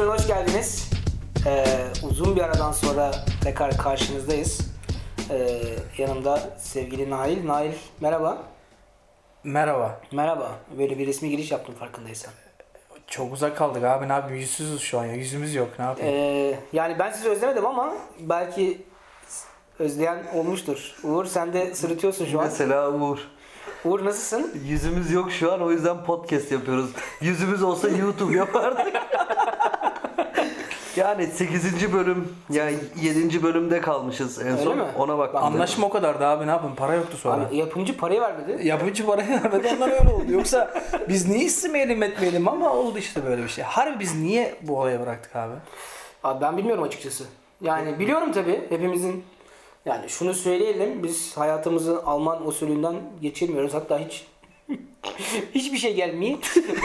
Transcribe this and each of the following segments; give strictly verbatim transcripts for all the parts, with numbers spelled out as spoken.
Konuşmaya hoş geldiniz. Ee, uzun bir aradan sonra tekrar karşınızdayız. Ee, yanımda sevgili Nail. Nail merhaba. Merhaba. Merhaba. Böyle bir resmi giriş yaptım farkındaysan. Çok uzak kaldık abi, ne yapayım, yüzsüzüz şu an ya, yüzümüz yok, ne yapayım. Ee, yani ben sizi özlemedim ama belki özleyen olmuştur. Uğur sen de sırıtıyorsun şu an. Mesela Uğur. Uğur nasılsın? Yüzümüz yok şu an, o yüzden podcast yapıyoruz. Yüzümüz olsa YouTube yapardık. Yani sekizinci bölüm, yani yedinci bölümde kalmışız en Öyle son. mi? Ona bak. Anlaşma o kadardı abi, ne yapayım, para yoktu sonra. Abi, yapımcı parayı vermedi. Yapımcı parayı vermedi, ondan öyle oldu. Yoksa biz niye istemeyelim etmeyelim, ama oldu işte böyle bir şey. Harbi biz niye bu olaya bıraktık abi? Abi ben bilmiyorum açıkçası. Yani biliyorum tabii hepimizin, yani şunu söyleyelim, biz hayatımızı Alman usulünden geçirmiyoruz, hatta hiç hiçbir şey gelmiyor.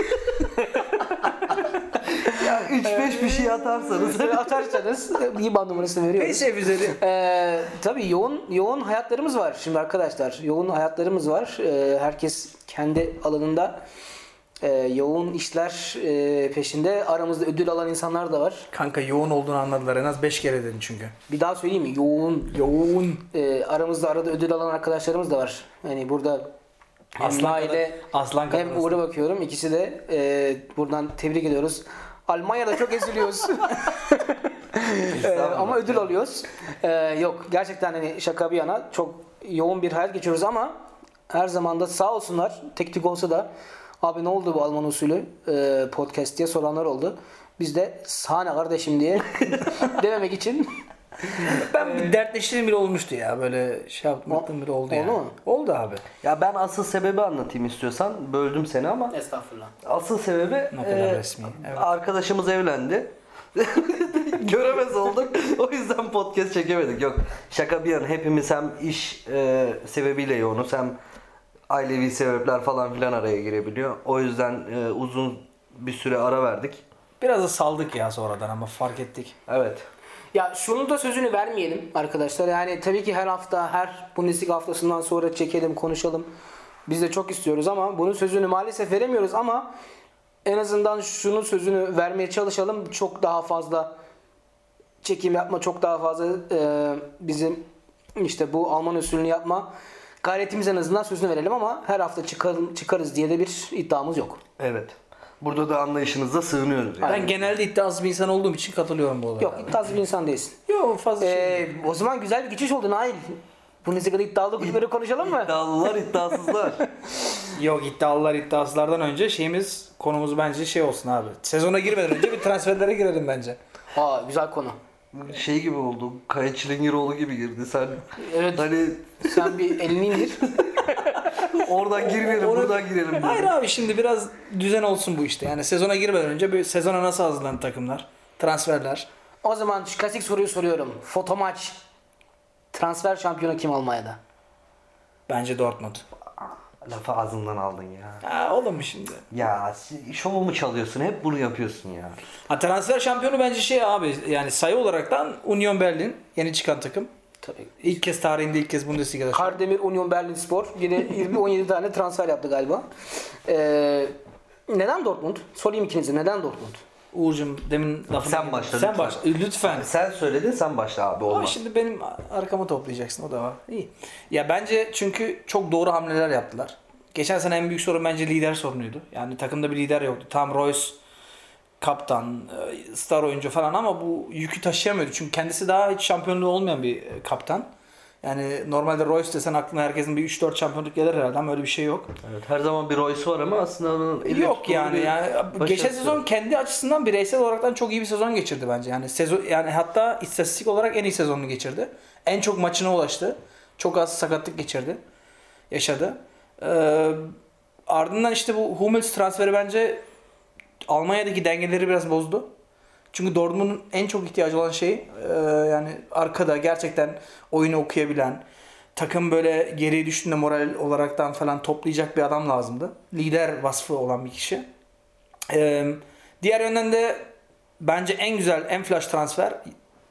üç beş bir şey atarsanız. Atarsanız iyi band numarasını veriyoruz. Neyse üzeri. Ee, tabii yoğun yoğun hayatlarımız var şimdi arkadaşlar. Yoğun hayatlarımız var. Ee, herkes kendi alanında e, yoğun işler e, peşinde. Aramızda ödül alan insanlar da var. Kanka yoğun olduğunu anladılar, en az beş kere dedin çünkü. Bir daha söyleyeyim mi? Yoğun. Yoğun. E, aramızda arada ödül alan arkadaşlarımız da var. Yani burada hem Aslan Nail'e kadar- aslan kadar hem aslan. Uğur'a bakıyorum. İkisi de e, buradan tebrik ediyoruz. Almanya'da çok eziliyoruz. Ee, ama ödül alıyoruz. Ee, yok gerçekten hani şaka bir yana çok yoğun bir hayat geçiyoruz ama her zaman da sağ olsunlar, tek tük olsa da abi ne oldu bu Alman usulü e, podcast diye soranlar oldu. Biz de sahne kardeşim diye dememek için Ben bir dertleştiğim bile olmuştu ya, böyle şey yaptığım bile oldu oldu yani. mu? Oldu abi. Ya ben asıl sebebi anlatayım istiyorsan. Böldüm seni ama. estağfurullah. Asıl sebebi Ne kadar e, resmi. Evet. arkadaşımız evlendi. Göremez olduk. O yüzden podcast çekemedik. Yok, şaka bir yana, hepimiz hem iş e, sebebiyle yoğunuz hem ailevi sebepler falan filan araya girebiliyor. O yüzden e, uzun bir süre ara verdik. Biraz da saldık ya sonradan, ama fark ettik. Evet. Ya şunu da sözünü vermeyelim arkadaşlar. Yani tabii ki her hafta, her Bundesliga haftasından sonra çekelim, konuşalım. Biz de çok istiyoruz ama bunun sözünü maalesef veremiyoruz ama en azından şunun sözünü vermeye çalışalım. Çok daha fazla çekim yapma, çok daha fazla e, bizim işte bu Alman usulünü yapma gayretimiz en azından sözünü verelim ama her hafta çıkarım, çıkarız diye de bir iddiamız yok. Evet. Burada da anlayışınıza sığınıyoruz yani. Ben genelde iddiasız bir insan olduğum için katılıyorum bu olaya. Yok, iddiasız bir insan değilsin. Yok fazla şey. Ee, o zaman güzel bir geçiş oldu Nail. Bundesliga'da iddialı kulüpleri konuşalım mı? İddialılar, iddiasızlar. Yok, iddialılar iddiasızlardan önce şeyimiz, konumuz bence şey olsun abi. Sezona girmeden önce bir transferlere girelim bence. Aa, güzel konu. Şey gibi oldu. Kaya Çilingiroğlu gibi girdi. Sen Evet. hani Sen bir elini indir. oradan girmeyelim, Onu- buradan girelim. dedim. Hayır abi, şimdi biraz düzen olsun bu işte. Yani sezona girmeden önce bir sezona nasıl hazırlanır takımlar, transferler. O zaman şu klasik soruyu soruyorum. Foto maç. Transfer şampiyonu kim Almanya'da? Bence Dortmund. Lafı ağzından aldın ya. Ha, olur mu şimdi? Ya şovumu çalıyorsun, hep bunu yapıyorsun ya. Ha, transfer şampiyonu bence şey abi, yani sayı olaraktan Union Berlin, yeni çıkan takım. Tabii. İlk kez tarihinde ilk kez Bundesliga'da. Kardemir Union Berlin Spor. Yine yirmi on yedi tane transfer yaptı galiba. Ee, neden Dortmund? Sorayım ikinize. Neden Dortmund? Uğur'cum demin lafını... Sen başla Sen lütfen. başla. Lütfen. Sen söyledin, sen başla abi, Ama olmaz. şimdi benim arkamı toplayacaksın, o da var. İyi. Ya bence çünkü çok doğru hamleler yaptılar. Geçen sene en büyük sorun bence lider sorunuydu. Yani takımda bir lider yoktu. Tam Royce kaptan, star oyuncu falan ama bu yükü taşıyamıyordu. Çünkü kendisi daha hiç şampiyonluğu olmayan bir kaptan. Yani normalde Royce desen aklına herkesin bir üç dört şampiyonluk gelir herhalde ama öyle bir şey yok. Evet, her zaman bir Royce var ama aslında onun elle Yok tutulur yani bir yani başarısı geçen yok. sezon kendi açısından bireysel olaraktan çok iyi bir sezon geçirdi bence. Yani sezon yani hatta istatistik olarak en iyi sezonunu geçirdi. En çok maçına ulaştı. Çok az sakatlık geçirdi. Yaşadı. Ee, ardından işte bu Hummels transferi bence Almanya'daki dengeleri biraz bozdu. Çünkü Dortmund'un en çok ihtiyacı olan şey e, yani arkada gerçekten oyunu okuyabilen, takım böyle geriye düştüğünde moral olaraktan falan toplayacak bir adam lazımdı. Lider vasfı olan bir kişi. Ee, diğer yönden de bence en güzel, en flash transfer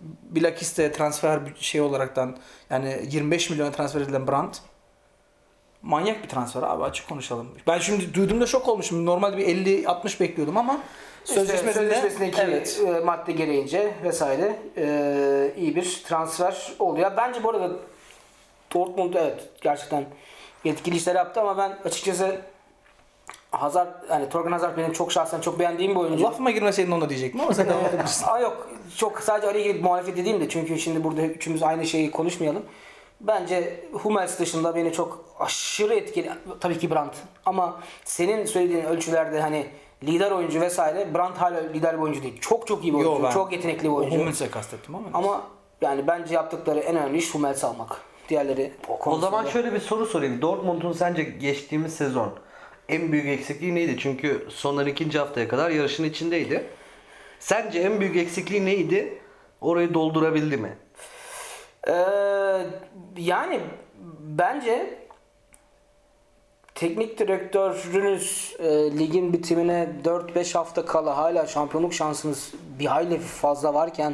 bilakis de transfer şey olaraktan yani yirmi beş milyon transfer edilen Brandt. Manyak bir transfer abi, açık konuşalım. Ben şimdi duyduğumda şok olmuşum. Normalde bir elli altmış bekliyordum ama Sözleşmesinde, sözleşmesinde sözleşmesindeki evet. e, madde gereğince vesaire e, iyi bir transfer oluyor. Bence bu arada Dortmund evet gerçekten etkili işler yaptı ama ben açıkçası Hazard, yani Torgan Hazard benim çok şahsen çok beğendiğim bir oyuncu. Lafıma girmeseydin onu da diyecektim ama sen devam edebilirsin. Aa, yok çok sadece araya girip muhalefet edeyim de çünkü şimdi burada üçümüz aynı şeyi konuşmayalım. Bence Hummels dışında beni çok aşırı etkili, tabii ki Brandt, ama senin söylediğin ölçülerde hani lider oyuncu vesaire, Brandt hala lider bir oyuncu değil. Çok çok iyi bir oyuncu, Yo, ben çok yetenekli bir oyuncu. Hummels'e kastettim ama. Ama yani bence yaptıkları en önemli iş Hummels almak. Diğerleri O zaman şöyle bir soru sorayım. Dortmund'un sence geçtiğimiz sezon en büyük eksikliği neydi? Çünkü sondan ikinci haftaya kadar yarışın içindeydi. Sence en büyük eksikliği neydi? Orayı doldurabildi mi? Ee, yani bence teknik direktörünüz e, ligin bitimine dört beş hafta kala hala şampiyonluk şansınız bir hayli fazla varken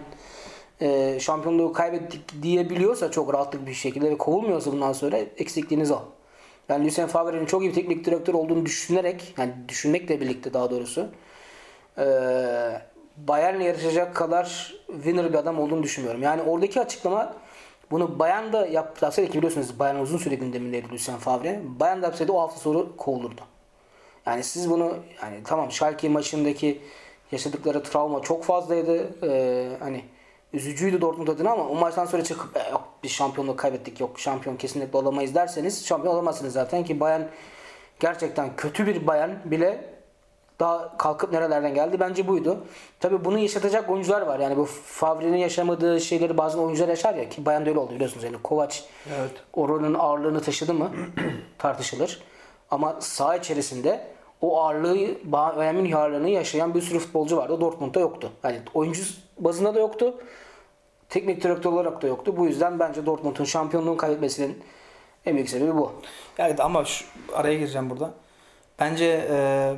e, şampiyonluğu kaybettik diyebiliyorsa çok rahatlık bir şekilde ve kovulmuyorsa bundan sonra eksikliğiniz o. Yani Lucien Favre'nin çok iyi bir teknik direktör olduğunu düşünerek, yani düşünmekle birlikte daha doğrusu e, Bayern'le yarışacak kadar winner bir adam olduğunu düşünmüyorum. Yani oradaki açıklama, bunu Bayern da yapsaydı ki biliyorsunuz Bayern uzun süre gündemindeydi Lucien Favre. Bayern da yapsaydı o hafta sonu kovulurdu. Yani siz bunu, yani tamam Schalke maçındaki yaşadıkları travma çok fazlaydı. Ee, hani üzücüydü Dortmund adına ama o maçtan sonra çıkıp e, yok biz şampiyonluğu kaybettik, yok şampiyon kesinlikle olamayız derseniz şampiyon olamazsınız zaten ki Bayern gerçekten kötü bir Bayern bile daha kalkıp nerelerden geldi bence buydu. Tabii bunu yaşatacak oyuncular var. Yani bu Favre'nin yaşamadığı şeyleri bazen oyuncular yaşar ya ki Bayern'de öyle oldu biliyorsunuz. Yani Kovac Evet. oranın ağırlığını taşıdı mı tartışılır. Ama saha içerisinde o ağırlığı, Bayern Münih ağırlığını yaşayan bir sürü futbolcu vardı. Dortmund'da yoktu. Yani oyuncu bazında da yoktu. Teknik direktör olarak da yoktu. Bu yüzden bence Dortmund'un şampiyonluğunu kaybetmesinin en büyük sebebi bu. Yani ama şu, araya gireceğim burada. Bence e,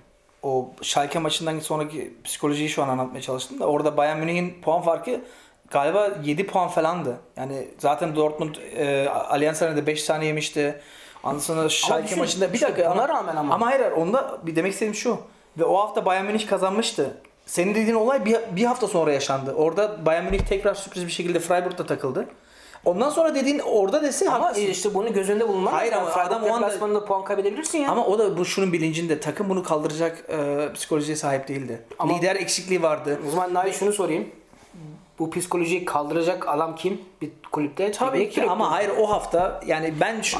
o Schalke maçından sonraki psikolojiyi şu an anlatmaya çalıştım da orada Bayern Münih'in puan farkı galiba yedi puan falandı. Yani zaten Dortmund e, Allianz Arena'da beş tane yemişti. Ondan sonra Schalke düşün, maçında bir işte dakika buna ama, rağmen ama. ama hayır hayır, onda bir demek istediğim şu. Ve o hafta Bayern Münih kazanmıştı. Senin dediğin olay bir, bir hafta sonra yaşandı. Orada Bayern Münih tekrar sürpriz bir şekilde Freiburg'da takıldı. Ondan sonra dediğin orada desin Ama haklısın. işte bunu göz önünde bulunmak. Hayır ama adam o anda- deplasmanında puan kaybedebilirsin ya. Ama o da bu şunun bilincinde, takım bunu kaldıracak e, psikolojiye sahip değildi. Ama- Lider eksikliği vardı. O zaman Nail şunu sorayım. Bu psikolojiyi kaldıracak adam kim? Bir kulüpte. Tabii teknik ki direktör. ama hayır o hafta yani ben şu,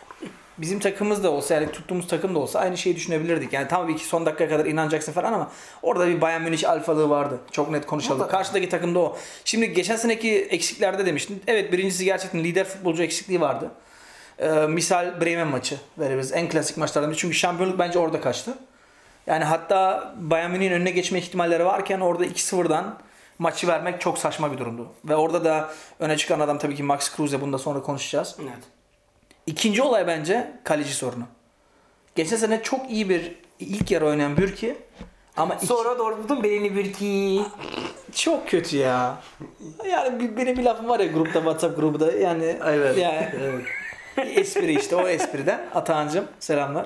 bizim takımımız da olsa yani tuttuğumuz takım da olsa aynı şeyi düşünebilirdik. Yani tabii ki son dakikaya kadar inanacaksın falan ama orada bir Bayern Münih alfalığı vardı. Çok net konuşalım. Mutlaka. Karşıdaki takımda o. Şimdi geçen seneki eksiklerde demiştin. Evet, birincisi gerçekten lider futbolcu eksikliği vardı. Ee, misal Bremen maçı verebiliriz. En klasik maçlardan biri. Çünkü şampiyonluk bence orada kaçtı. Yani hatta Bayern Münih'in önüne geçme ihtimalleri varken orada iki sıfırdan maçı vermek çok saçma bir durumdu. Ve orada da öne çıkan adam tabii ki Max Kruse. Bunu da sonra konuşacağız. Evet. İkinci olay bence kaleci sorunu. Geçen sene çok iyi bir ilk yarı oynayan Bürki ama iki- Sonra Dortmund'un belini bir ki. çok kötü ya. Yani bir- benim bir lafım var ya grupta, WhatsApp grubunda yani. Evet. Yani, Evet. espri işte o espriden. Atahan'cığım selamlar.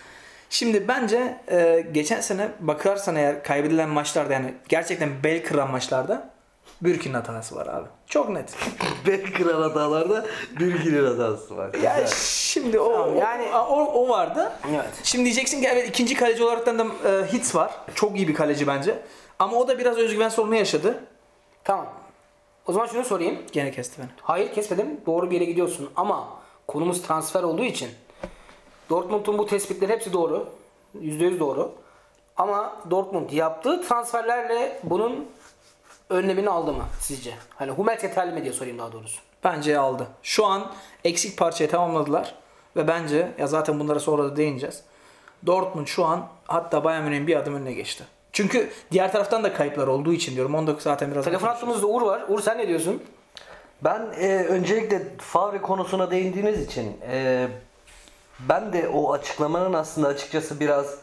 Şimdi bence e, geçen sene bakarsan eğer kaybedilen maçlarda yani gerçekten bel kıran maçlarda Bürki'nin hatası var abi. Çok net. Bel kıran hatalarda Bürki'nin hatası var. Ya Güzel. şimdi o Tamam, yani yani- o, o vardı. Evet. Şimdi diyeceksin ki evet ikinci kaleci olaraktan da e, Hitz var. Çok iyi bir kaleci bence. Ama o da biraz özgüven sorunu yaşadı. Tamam. O zaman şunu sorayım. Gene kesti beni. Hayır kesmedim. Doğru bir yere gidiyorsun ama konumuz transfer olduğu için Dortmund'un bu tespitleri hepsi doğru. yüzde yüz doğru. Ama Dortmund yaptığı transferlerle bunun önlemini aldı mı sizce? Hani Hummels yeterli mi diye sorayım daha doğrusu. Bence aldı. Şu an eksik parçayı tamamladılar. Ve bence ya zaten bunlara sonra da değineceğiz. Dortmund şu an hatta Bayern Münih'in bir adım önüne geçti. Çünkü diğer taraftan da kayıplar olduğu için diyorum. Onu da zaten biraz... Telefon hattımızda Uğur var. Uğur sen ne diyorsun? Ben e, öncelikle Favre konusuna değindiğiniz için e, ben de o açıklamanın aslında açıkçası biraz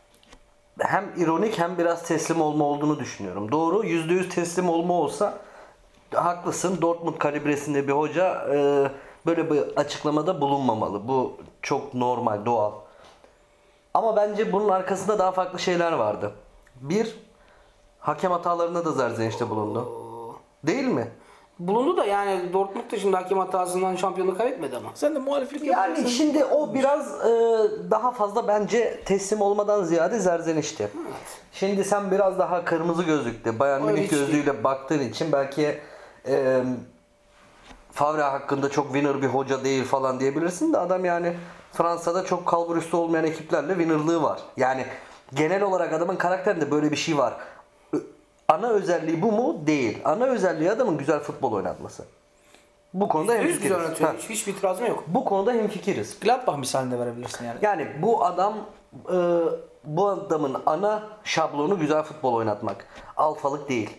hem ironik hem biraz teslim olma olduğunu düşünüyorum. Doğru, yüzde yüz teslim olma olsa haklısın. Dortmund kalibresinde bir hoca e, böyle bir açıklamada bulunmamalı. Bu çok normal, doğal. Ama bence bunun arkasında daha farklı şeyler vardı. Bir, hakem hatalarında da Zerzeniş'te bulundu. Değil mi? Bulundu da yani Dortmund da şimdi hakem hatasından şampiyonluğu kaybetmedi ama. Sen de muhaliflik Yani yaparsın. şimdi o biraz e, daha fazla bence teslim olmadan ziyade Zerzeniş'ti. Şimdi sen biraz daha kırmızı gözlükte, Bayern Öyle Münih hiç değil. gözlüğüyle baktığın için belki e, Favre hakkında çok winner bir hoca değil falan diyebilirsin de adam yani Fransa'da çok kalburüstü olmayan ekiplerle winnerlığı var. Yani genel olarak adamın karakterinde böyle bir şey var. Ö- Ana özelliği bu mu? Değil. Ana özelliği adamın güzel futbol oynatması. Bu konuda Yüz güzel hemfikiriz. oynatıyor. Ha, Hiç, hiçbir itirazım yok. Bu konuda hemfikiriz. Gladbach misalinde verebilirsin yani. Yani bu adam e, bu adamın ana şablonu güzel futbol oynatmak. Alfalık değil.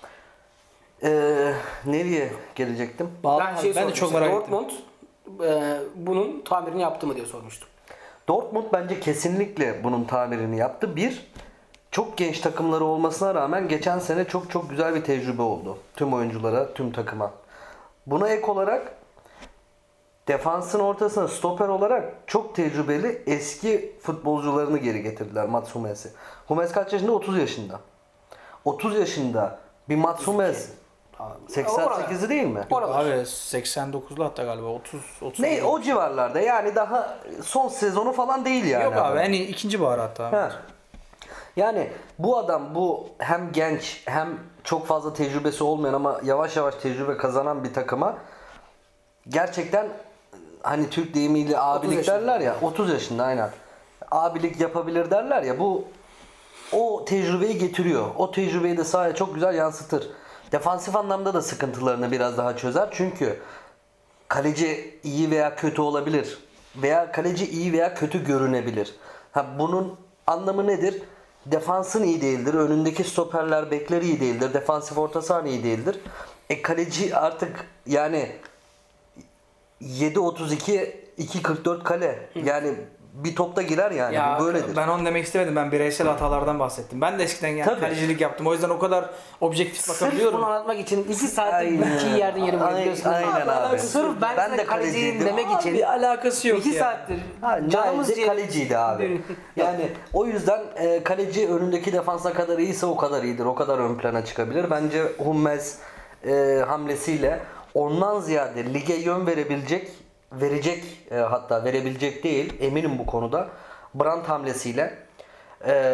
E, nereye gelecektim? Bağlı- Ben şey ben de çok merak ettim. Dortmund e, bunun tamirini yaptı mı diye sormuştum. Dortmund bence kesinlikle bunun tamirini yaptı. Bir, çok genç takımları olmasına rağmen geçen sene çok çok güzel bir tecrübe oldu. Tüm oyunculara, tüm takıma. Buna ek olarak defansın ortasına stoper olarak çok tecrübeli eski futbolcularını geri getirdiler, Mats Hummels'i. Hummels kaç yaşında? otuz yaşında. otuz yaşında bir Mats Hummels seksen sekizi değil mi? Oralar. Abi seksen dokuzlu hatta galiba otuz otuz. Ne o civarlarda yani daha son sezonu falan değil yani. Yok abi adam. en iyi ikinci bahar hatta. Ha. Yani bu adam bu hem genç hem çok fazla tecrübesi olmayan ama yavaş yavaş tecrübe kazanan bir takıma gerçekten hani Türk deyimiyle abilik yaşında. derler ya, otuz yaşında aynen. Abilik yapabilir derler ya, bu o tecrübeyi getiriyor. O tecrübeyi de sahaya çok güzel yansıtır. Defansif anlamda da sıkıntılarını biraz daha çözer. Çünkü kaleci iyi veya kötü olabilir. Veya kaleci iyi veya kötü görünebilir. Ha, bunun anlamı nedir? Defansın iyi değildir. Önündeki stoperler, bekler iyi değildir. Defansif orta sahan iyi değildir. E kaleci artık yani yedi otuz iki iki kırk dört kale. Yani bir topta girer yani. Ya Bu böyledir. ben onu demek istemedim. Ben bireysel hatalardan bahsettim. Ben de eskiden yani Tabii. kalecilik yaptım. O yüzden o kadar objektif Sırf bakabiliyorum. bunu anlatmak için iki saattir Aynen. iki yerden yeri Aynen, vuruyorsun. aynen abi. Sırf ben, Ben sana de kaleciyim kaleciydim. demek için Bir alakası yok iki ya. saattir Ha, canımız Nail de ciğerimiz- kaleciydi abi. Yani o yüzden e, kaleci önündeki defansa kadar iyiyse o kadar iyidir. O kadar ön plana çıkabilir. Bence Hummels e, hamlesiyle ondan ziyade lige yön verebilecek, verecek e, hatta verebilecek değil, eminim bu konuda. Brandt hamlesiyle e,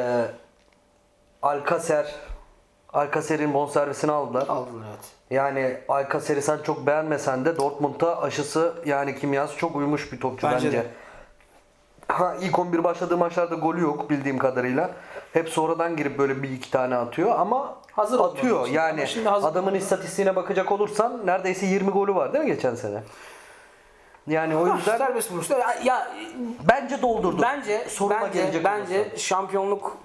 Alcacer Alcacer'in bonservisini aldılar. Aldın evet. Yani Alcacer'i sen çok beğenmesen de Dortmund'da aşısı yani kimyası çok uymuş bir topçu Bence bence. de. Ha, ilk on bir başladığı maçlarda golü yok bildiğim kadarıyla. Hep sonradan girip böyle bir iki tane atıyor ama Hazır atıyor. olmadığı için. Yani Ama şimdi hazır- adamın istatistiğine bakacak olursan neredeyse yirmi golü var değil mi geçen sene? Yani o yüzden Serbest vuruşta ya, ya bence doldurdu. bence Soruma bence gelecek bence olursa. şampiyonluk,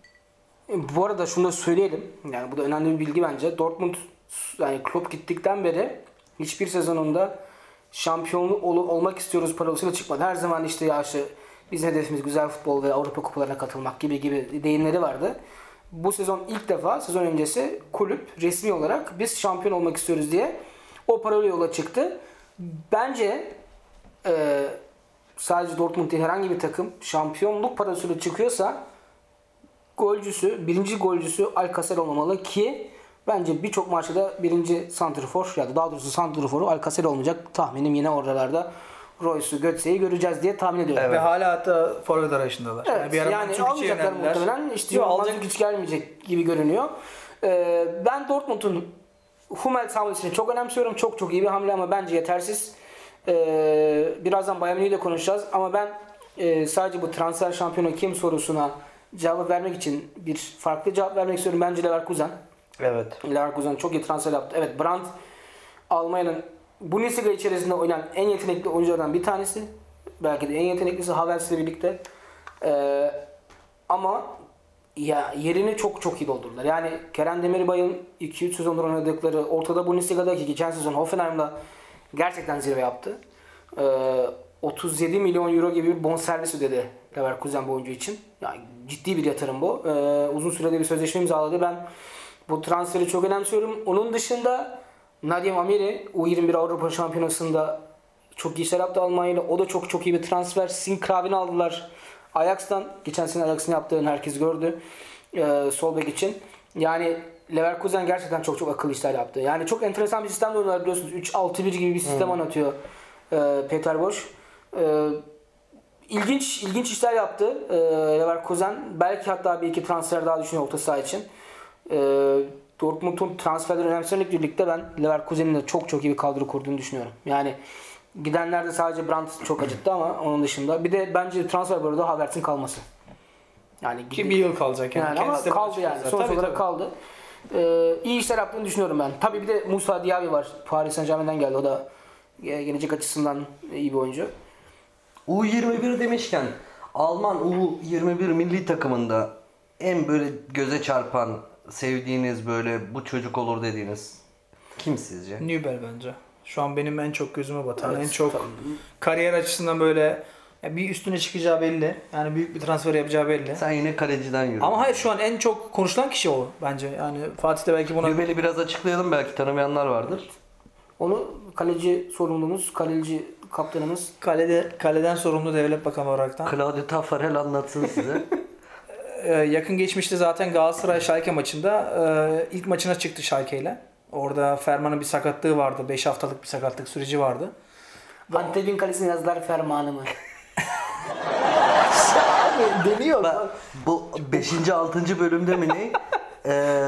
bu arada şunu da söyleyelim. Yani bu da önemli bir bilgi bence. Dortmund yani Klopp gittikten beri hiçbir sezonunda şampiyonluk ol- olmak istiyoruz parolasıyla çıkmadı. Her zaman işte ya işte bizim hedefimiz güzel futbol ve Avrupa kupalarına katılmak gibi gibi deyimleri vardı. Bu sezon ilk defa sezon öncesi kulüp resmi olarak biz şampiyon olmak istiyoruz diye o parola yola çıktı. Bence e, sadece Dortmund değil herhangi bir takım şampiyonluk parasıyla çıkıyorsa golcüsü, birinci golcüsü Alcacer olmamalı ki bence birçok maçta da birinci santrfor ya da daha doğrusu santrforu Alcacer olmayacak. Tahminim yine oralarda Royce'u, Götze'yi göreceğiz diye tahmin ediyorum. Ve hala hatta forvet arayışındalar. Evet, bir ara yani Mandzukic almayacaklar yöneldiler. muhtemelen. İşte Yok, alacak alacak hiç gelmeyecek gibi görünüyor. Ee, ben Dortmund'un Hummels hamlesini çok önemsiyorum. Çok çok iyi bir hamle ama bence yetersiz. Ee, birazdan Bayern Münih'le de konuşacağız ama ben e, sadece bu transfer şampiyonu kim sorusuna cevap vermek için bir farklı cevap vermek istiyorum. Bence Leverkusen. Evet. Leverkusen çok iyi transfer yaptı. Evet, Brandt Almanya'nın Bundesliga içerisinde oynayan en yetenekli oyunculardan bir tanesi. Belki de en yeteneklisi Havertz'le birlikte. Ee, ama ya yerini çok çok iyi doldurdular. Yani Kerem Demirbay'ın iki üç sezondur oynadıkları ortada Bundesliga'daki geçen sezon Hoffenheim'da gerçekten zirve yaptı. Ee, otuz yedi milyon euro gibi bir bonservis ödedi Leverkusen bu oyuncu için. Yani ciddi bir yatırım bu. Ee, uzun sürede bir sözleşme imzaladı. Ben bu transferi çok önemsiyorum. Onun dışında Nadim Amiri U yirmi bir Avrupa Şampiyonası'nda çok iyi işler yaptı Almanya'yla. O da çok çok iyi bir transfer. Sinkravini aldılar Ajax'tan. Geçen sene Ajax'ın yaptığını herkes gördü. Ee, sol bek için. Yani Leverkusen gerçekten çok çok akıllı işler yaptı. Yani çok enteresan bir sistemle oynuyorlar biliyorsunuz. üç altı bir gibi bir sistem hmm. anlatıyor e, Peter Bosz. E, ilginç ilginç işler yaptı e, Leverkusen. Belki hatta bir iki transfer daha düşünüyor orta saha için. E, Dortmund'un transferleri önemsemekle birlikte ben Leverkusen'in de çok çok iyi bir kadro kurduğunu düşünüyorum. Yani gidenlerde sadece Brandt çok acıttı ama onun dışında. Bir de bence transfer böyle da Havertz'in kalması. Yani ki bir yıl kalacak yani. yani ama kaldı yani. Sonuç tabii, olarak tabii. kaldı. Ee, iyi işler yaptığını düşünüyorum ben. Tabii bir de Musa Diaby var. Paris Saint-Germain'den geldi. O da gelecek açısından iyi bir oyuncu. U yirmi bir demişken Alman U yirmi bir milli takımında en böyle göze çarpan, sevdiğiniz böyle bu çocuk olur dediğiniz kim sizce? Nübel bence. Şu an benim en çok gözüme batan, Evet, en çok tabii. kariyer açısından böyle bir üstüne çıkacağı belli. Yani büyük bir transfer yapacağı belli. Sen yine kaleciden yürü. Ama hayır şu an en çok konuşulan kişi o bence. Yani Fatih de belki buna... Nübel'i biraz açıklayalım, belki tanımayanlar vardır. Onu kaleci sorumlumuz, kaleci kaptanımız. Kalede, kaleden sorumlu devlet bakanı olaraktan. Claudio Taffarel anlatsın size. Ee, yakın geçmişte zaten Galatasaray Schalke maçında e, ilk maçına çıktı Schalke ile. Orada Ferman'ın bir sakatlığı vardı. beş haftalık bir sakatlık süreci vardı. Antep'in kalesine yazdılar Ferman'ı mı? Abi deniyor. Bak, bu beşinci altıncı bölümde mi ne? Ee,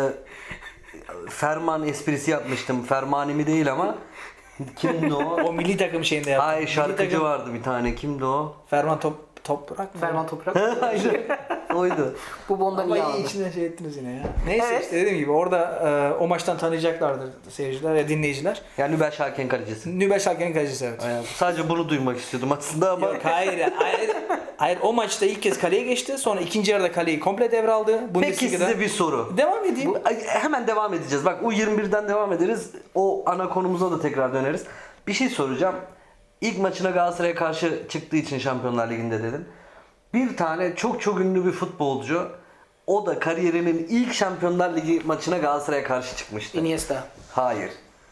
Ferman esprisi yapmıştım. Fermanimi değil ama kimdi o? O milli takım şeyinde yaptı. Hayır, şarkıcı takım... vardı bir tane. Kimdi o? Ferman Top Toprak mı? Ferman Toprak. Aynen. Oydu. Bu bondan iyi Ama aldı. içinden şey ettiniz yine ya. Neyse Evet. işte dediğim gibi orada e, o maçtan tanıyacaklardır seyirciler ya dinleyiciler. Yani Nübel Şalken kalecisi. Nübel Schalke'nin kalecisi evet. Aynen. Sadece bunu duymak istiyordum aslında ama. Yok hayır, hayır. Hayır o maçta ilk kez kaleye geçti. Sonra ikinci yarıda kaleyi komple devraldı. Peki size bir soru. Devam edeyim. Bu, hemen devam edeceğiz. Bak U yirmi birden devam ederiz. O ana konumuza da tekrar döneriz. Bir şey soracağım. İlk maçına Galatasaray'a karşı çıktığı için Şampiyonlar Ligi'nde dedin. Bir tane çok çok ünlü bir futbolcu, o da kariyerinin ilk Şampiyonlar Ligi maçına Galatasaray'a karşı çıkmıştı. Iniesta. Hayır.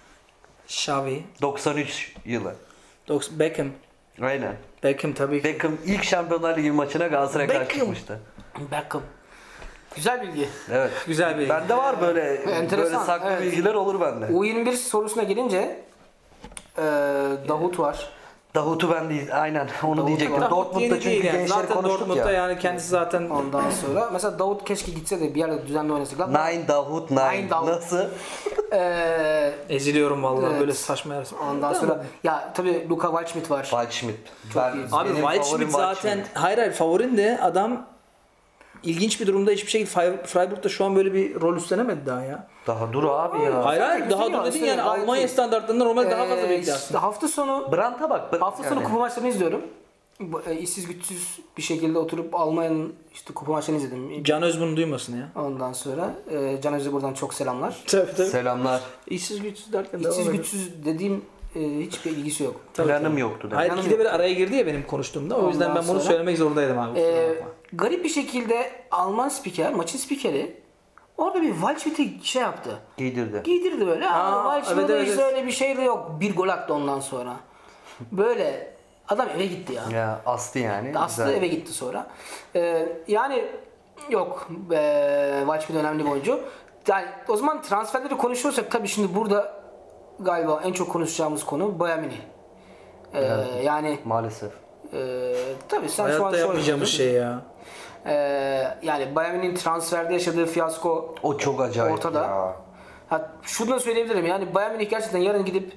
Xavi. doksan üç yılı. Beckham. Aynen. Beckham tabii ki. Beckham ilk Şampiyonlar Ligi maçına Galatasaray'a karşı Beckham. çıkmıştı. Beckham. Güzel bilgi. Evet. Güzel bir. Bende var böyle Enteresan, böyle saklı evet. bilgiler olur bende. U yirmi bir sorusuna gelince e, Davut var. Davut'u ben değil. Aynen onu Davut diyecektim. var. Dortmund'da Yeni çünkü değil yani. gençleri Zaten konuştuk Dortmund'da ya. yani kendisi zaten Ondan sonra mesela Davut keşke gitse de bir yerde düzenli oynasak. Nine Davut Nine. Nine Davut. Nasıl? Ee, eziliyorum vallahi Evet. böyle saçma yarısı. ondan sonra ya tabii Luka Waldschmidt var. Waldschmidt. Çok Ben, iyi. Abi benim Waldschmidt favorim zaten Waldschmidt. hayır hayır favorin de adam ilginç bir durumda hiçbir şey Fre- Freiburg'da şu an böyle bir rol üstlenemedi daha ya. Daha dur abi ya. Hayır hayır Üstlenemiyor, daha dur dedin üstlenemiyor, yani gayet Almanya iyi. standartlarında normalde daha fazla Ee, beklersin. işte hafta sonu Brandt'a bak. Br- hafta sonu yani. kupa maçlarını izliyorum. Bu, e, işsiz güçsüz bir şekilde oturup Almanya'nın işte kupa maçlarını izledim. Can Öz bunu duymasın ya. Ondan sonra e, Can Öz'e buradan çok selamlar. Tabii tabii. Selamlar. İşsiz güçsüz derken İşsiz devam edelim. güçsüz dediğim e, hiçbir ilgisi yok. Tabii, Planım tabii. yoktu demek. Hayır ikide bir araya girdi ya benim konuştuğumda. O yüzden Ondan ben bunu sonra- söylemek zorundaydım abi. kusura Ee, bakma. garip bir şekilde Alman spiker, maçın spikeri orada bir Waldschmidt'i şey yaptı. Giydirdi. Giydirdi böyle. Aa, Aa, Waldschmidt'e evet, evet, işte evet. öyle bir şey de yok. Bir gol attı ondan sonra. Böyle adam eve gitti ya. Ya astı yani. Aslı Güzel. eve gitti sonra. Ee, yani yok. Ee, Waldschmidt önemli bir oyuncu. Yani o zaman transferleri konuşuyorsak tabii şimdi burada galiba en çok konuşacağımız konu Bayern Münih. Ee, Yani Maalesef. e, tabii sen şu an Hayatta şöyle yapmayacağımız diyorsun. şey ya. Ee, yani Bayern Münih'in transferde yaşadığı fiyasko O çok acayip ortada. ya. Ha, şunu da söyleyebilirim yani Bayern Münih gerçekten yarın gidip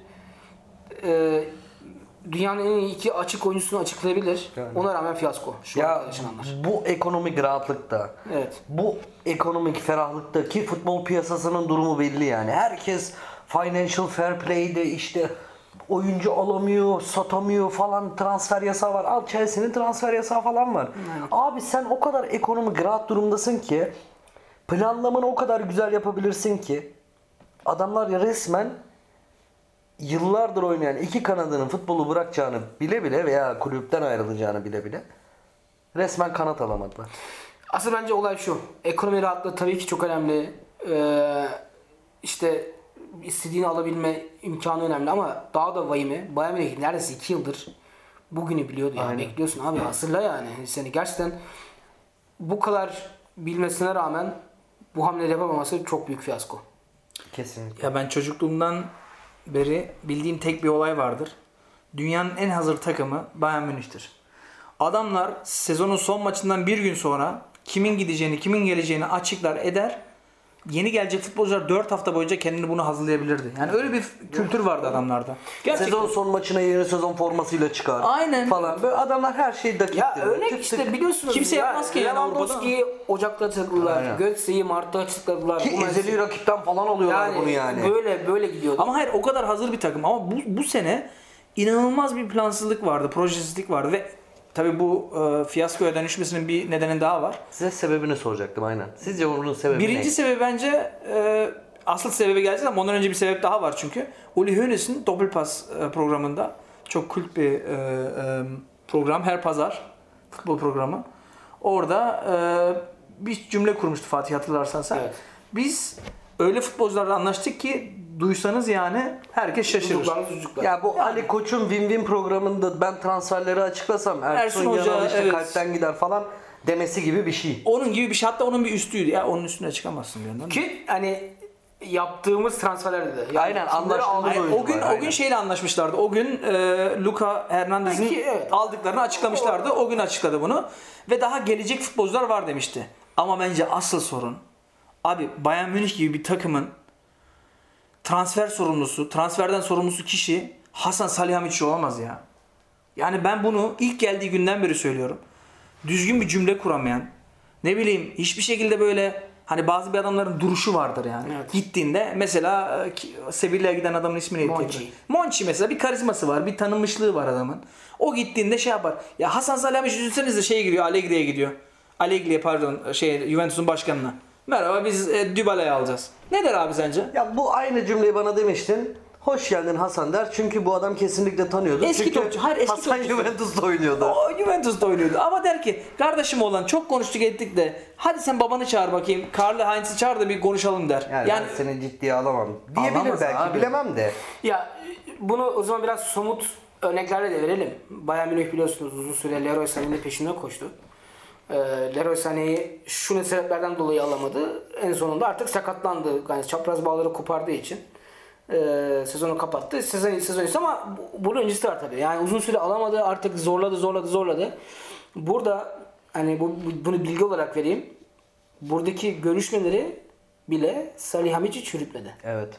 e, dünyanın en iyi iki açık oyuncusunu açıklayabilir. Yani. Ona rağmen fiyasko şu an Ya yaşananlar. bu ekonomik rahatlıkta, Evet. bu ekonomik ferahlıkta ki futbol piyasasının durumu belli yani. Herkes financial fair play'de işte oyuncu alamıyor, satamıyor falan, transfer yasağı var. Al Chelsea'nin transfer yasağı falan var. Abi sen o kadar ekonomik rahat durumdasın ki planlamanı o kadar güzel yapabilirsin ki adamlar ya resmen yıllardır oynayan iki kanadının futbolu bırakacağını bile bile veya kulüpten ayrılacağını bile bile resmen kanat alamadılar. Asıl bence olay şu. Ekonomi rahatlığı tabii ki çok önemli. Ee, işte istediğini alabilme imkanı önemli ama daha da vahimi Bayern Münih neredeyse iki yıldır bugünü biliyordu ya. Aynen. Bekliyorsun abi, hazırla yani. Seni gerçekten bu kadar bilmesine rağmen bu hamleleri yapamaması çok büyük fiyasko. Kesinlikle. Ya ben çocukluğumdan beri bildiğim tek bir olay vardır. Dünyanın en hazır takımı Bayern Münih'tir. Adamlar sezonun son maçından bir gün sonra kimin gideceğini, kimin geleceğini açıklar eder. Yeni gelecek futbolcular dört hafta boyunca kendini bunu hazırlayabilirdi. Yani öyle bir kültür vardı adamlarda. Gerçekten. Sezon son maçına yeni sezon formasıyla çıkar. Aynen. Falan. Böyle adamlar her şeyi dakiktir. Ya örnek Tık işte tık. biliyorsunuz Kimse ya, yapmaz ki yani Lewandowski'yi Ocak'ta açıkladılar. Aynen. Götze'yi Mart'ta açıkladılar. Ki Bu ezeli rakipten falan alıyorlar yani, bunu yani. Böyle böyle gidiyordu. Ama hayır, o kadar hazır bir takım. Ama bu, bu sene inanılmaz bir plansızlık vardı, projesizlik vardı ve tabii bu e, fiyaskoya dönüşmesinin bir nedeni daha var. Size sebebini soracaktım aynen. Sizce bunun sebebi Birinci ne? sebebi bence e, asıl sebebi gelecek ama ondan önce bir sebep daha var çünkü. Uli Hoeneß'in Doppelpass e, programında çok kült bir e, e, program, her pazar futbol programı. Orada e, bir cümle kurmuştu Fatih, hatırlarsan sen. Evet. Biz öyle futbolcularla anlaştık ki duysanız yani herkes şaşırır. Çocuklar, çocuklar. Ya bu Ali Koç'un Win-Win programında ben transferleri açıklasam Ersun, Ersun Hoca, Yanal işte evet. kalpten gider falan demesi gibi bir şey. Onun gibi bir şey, hatta onun bir üstüydü. Ya onun üstüne çıkamazsın bir yandan. Ki hani yaptığımız transferlerde de. Yani Aynen, kimleri anlaştığımız aldık? Hayır, oyuncular, o gün o aynen. gün şeyle anlaşmışlardı. O gün e, Luka Hernandez'in Belki, evet. aldıklarını açıklamışlardı. O gün açıkladı bunu ve daha gelecek futbolcular var demişti. Ama bence asıl sorun abi Bayern Münih gibi bir takımın transfer sorumlusu, transferden sorumlusu kişi Hasan Salihamidzic olamaz ya. Yani ben bunu ilk geldiği günden beri söylüyorum. Düzgün bir cümle kuramayan, ne bileyim hiçbir şekilde böyle hani bazı bir adamların duruşu vardır yani. Evet. Gittiğinde mesela e, ki- Sevilla'ya giden adamın ismi neydi? Monchi. tekrar? Monchi mesela, bir karizması var, bir tanınmışlığı var adamın. O gittiğinde şey yapar. Ya Hasan Salihamidzic düşünsenize şeye gidiyor, Allegri'ye gidiyor. Allegri'ye pardon, şey Juventus'un başkanına. Merhaba, biz e, Dybala'yı alacağız. Ne der abi sence? Ya bu aynı cümleyi bana demiştin. Hoş geldin Hasan der. Çünkü bu adam kesinlikle tanıyordu. Eski Çünkü topçu. Hayır, eski Hasan topçu. Juventus'ta oynuyordu. O Juventus'ta oynuyordu. Ama der ki kardeşim olan çok konuştuk ettik de hadi sen babanı çağır bakayım. Karl Heinz'i çağır da bir konuşalım der. Yani, Yani, ben seni ciddiye alamam. Diyebilir Alamaz belki, abi. bilemem de. Ya bunu o zaman biraz somut örneklerle de verelim. Bayern Münih biliyorsunuz uzun süre Leroy Sané'nin peşinden koştu. Ee, Leroy Sané'yi şu sebeplerden dolayı alamadı. En sonunda artık sakatlandı. Yani çapraz bağları kopardığı için e, sezonu kapattı. Sezon sezon ise ama bu- bunun öncesi var tabii. Yani uzun süre alamadı. Artık zorladı, zorladı, zorladı. Burada hani bu, bu- bunu bilgi olarak vereyim. Buradaki görüşmeleri bile Salihamidzic yürütmedi. Evet.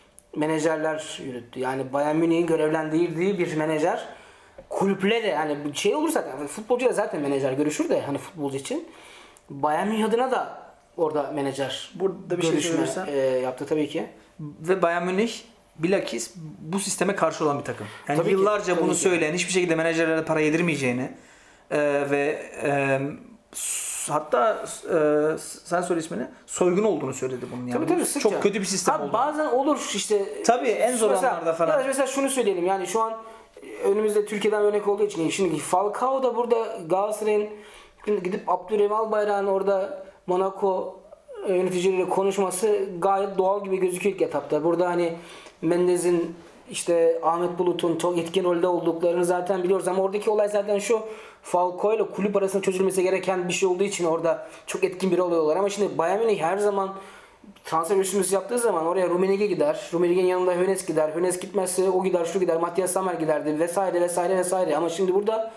Menajerler yürüttü. Yani Bayern Münih'in görevlendirdiği bir menajer kulüple de yani bir şey olursa yani futbolcuyla zaten menajer görüşür de hani futbolcu için Bayern Münih adına da orada menajer Burada bir şey görüşme söylesem. e, yaptı tabii ki. ve Bayern Münih bilakis bu sisteme karşı olan bir takım. Yani Tabii ki, yıllarca tabii bunu ki. söyleyen, hiçbir şekilde menajerlere para yedirmeyeceğini e, ve e, s- hatta e, sen söyle ismini, soygun olduğunu söyledi bunun yani. Tabii tabii Bu sıkça. çok kötü bir sistem Ha, oldu. bazen olur işte. Tabii, en zor Mesela- anlarda falan. Ya da mesela şunu söyleyelim yani şu an önümüzde Türkiye'den örnek olduğu için şimdi Falcao da burada Galatasaray'ın gidip Abdurrahim Albayrak'ın orada Monaco yöneticileriyle konuşması gayet doğal gibi gözüküyor ilk etapta. Burada hani Mendez'in işte Ahmet Bulut'un çok etkin rolde olduklarını zaten biliyoruz ama oradaki olay zaten şu: Falcao ile kulüp arasında çözülmesi gereken bir şey olduğu için orada çok etkin bir rol oluyorlar. Ama şimdi Bayern Münih her zaman transfer görüşmesi yaptığı zaman oraya Rummenigge gider. Rummenigge'nin yanında Hönes gider. Hönes gitmezse o gider, şu gider. Matthias Sammer giderdi vesaire vesaire vesaire. Ama şimdi burada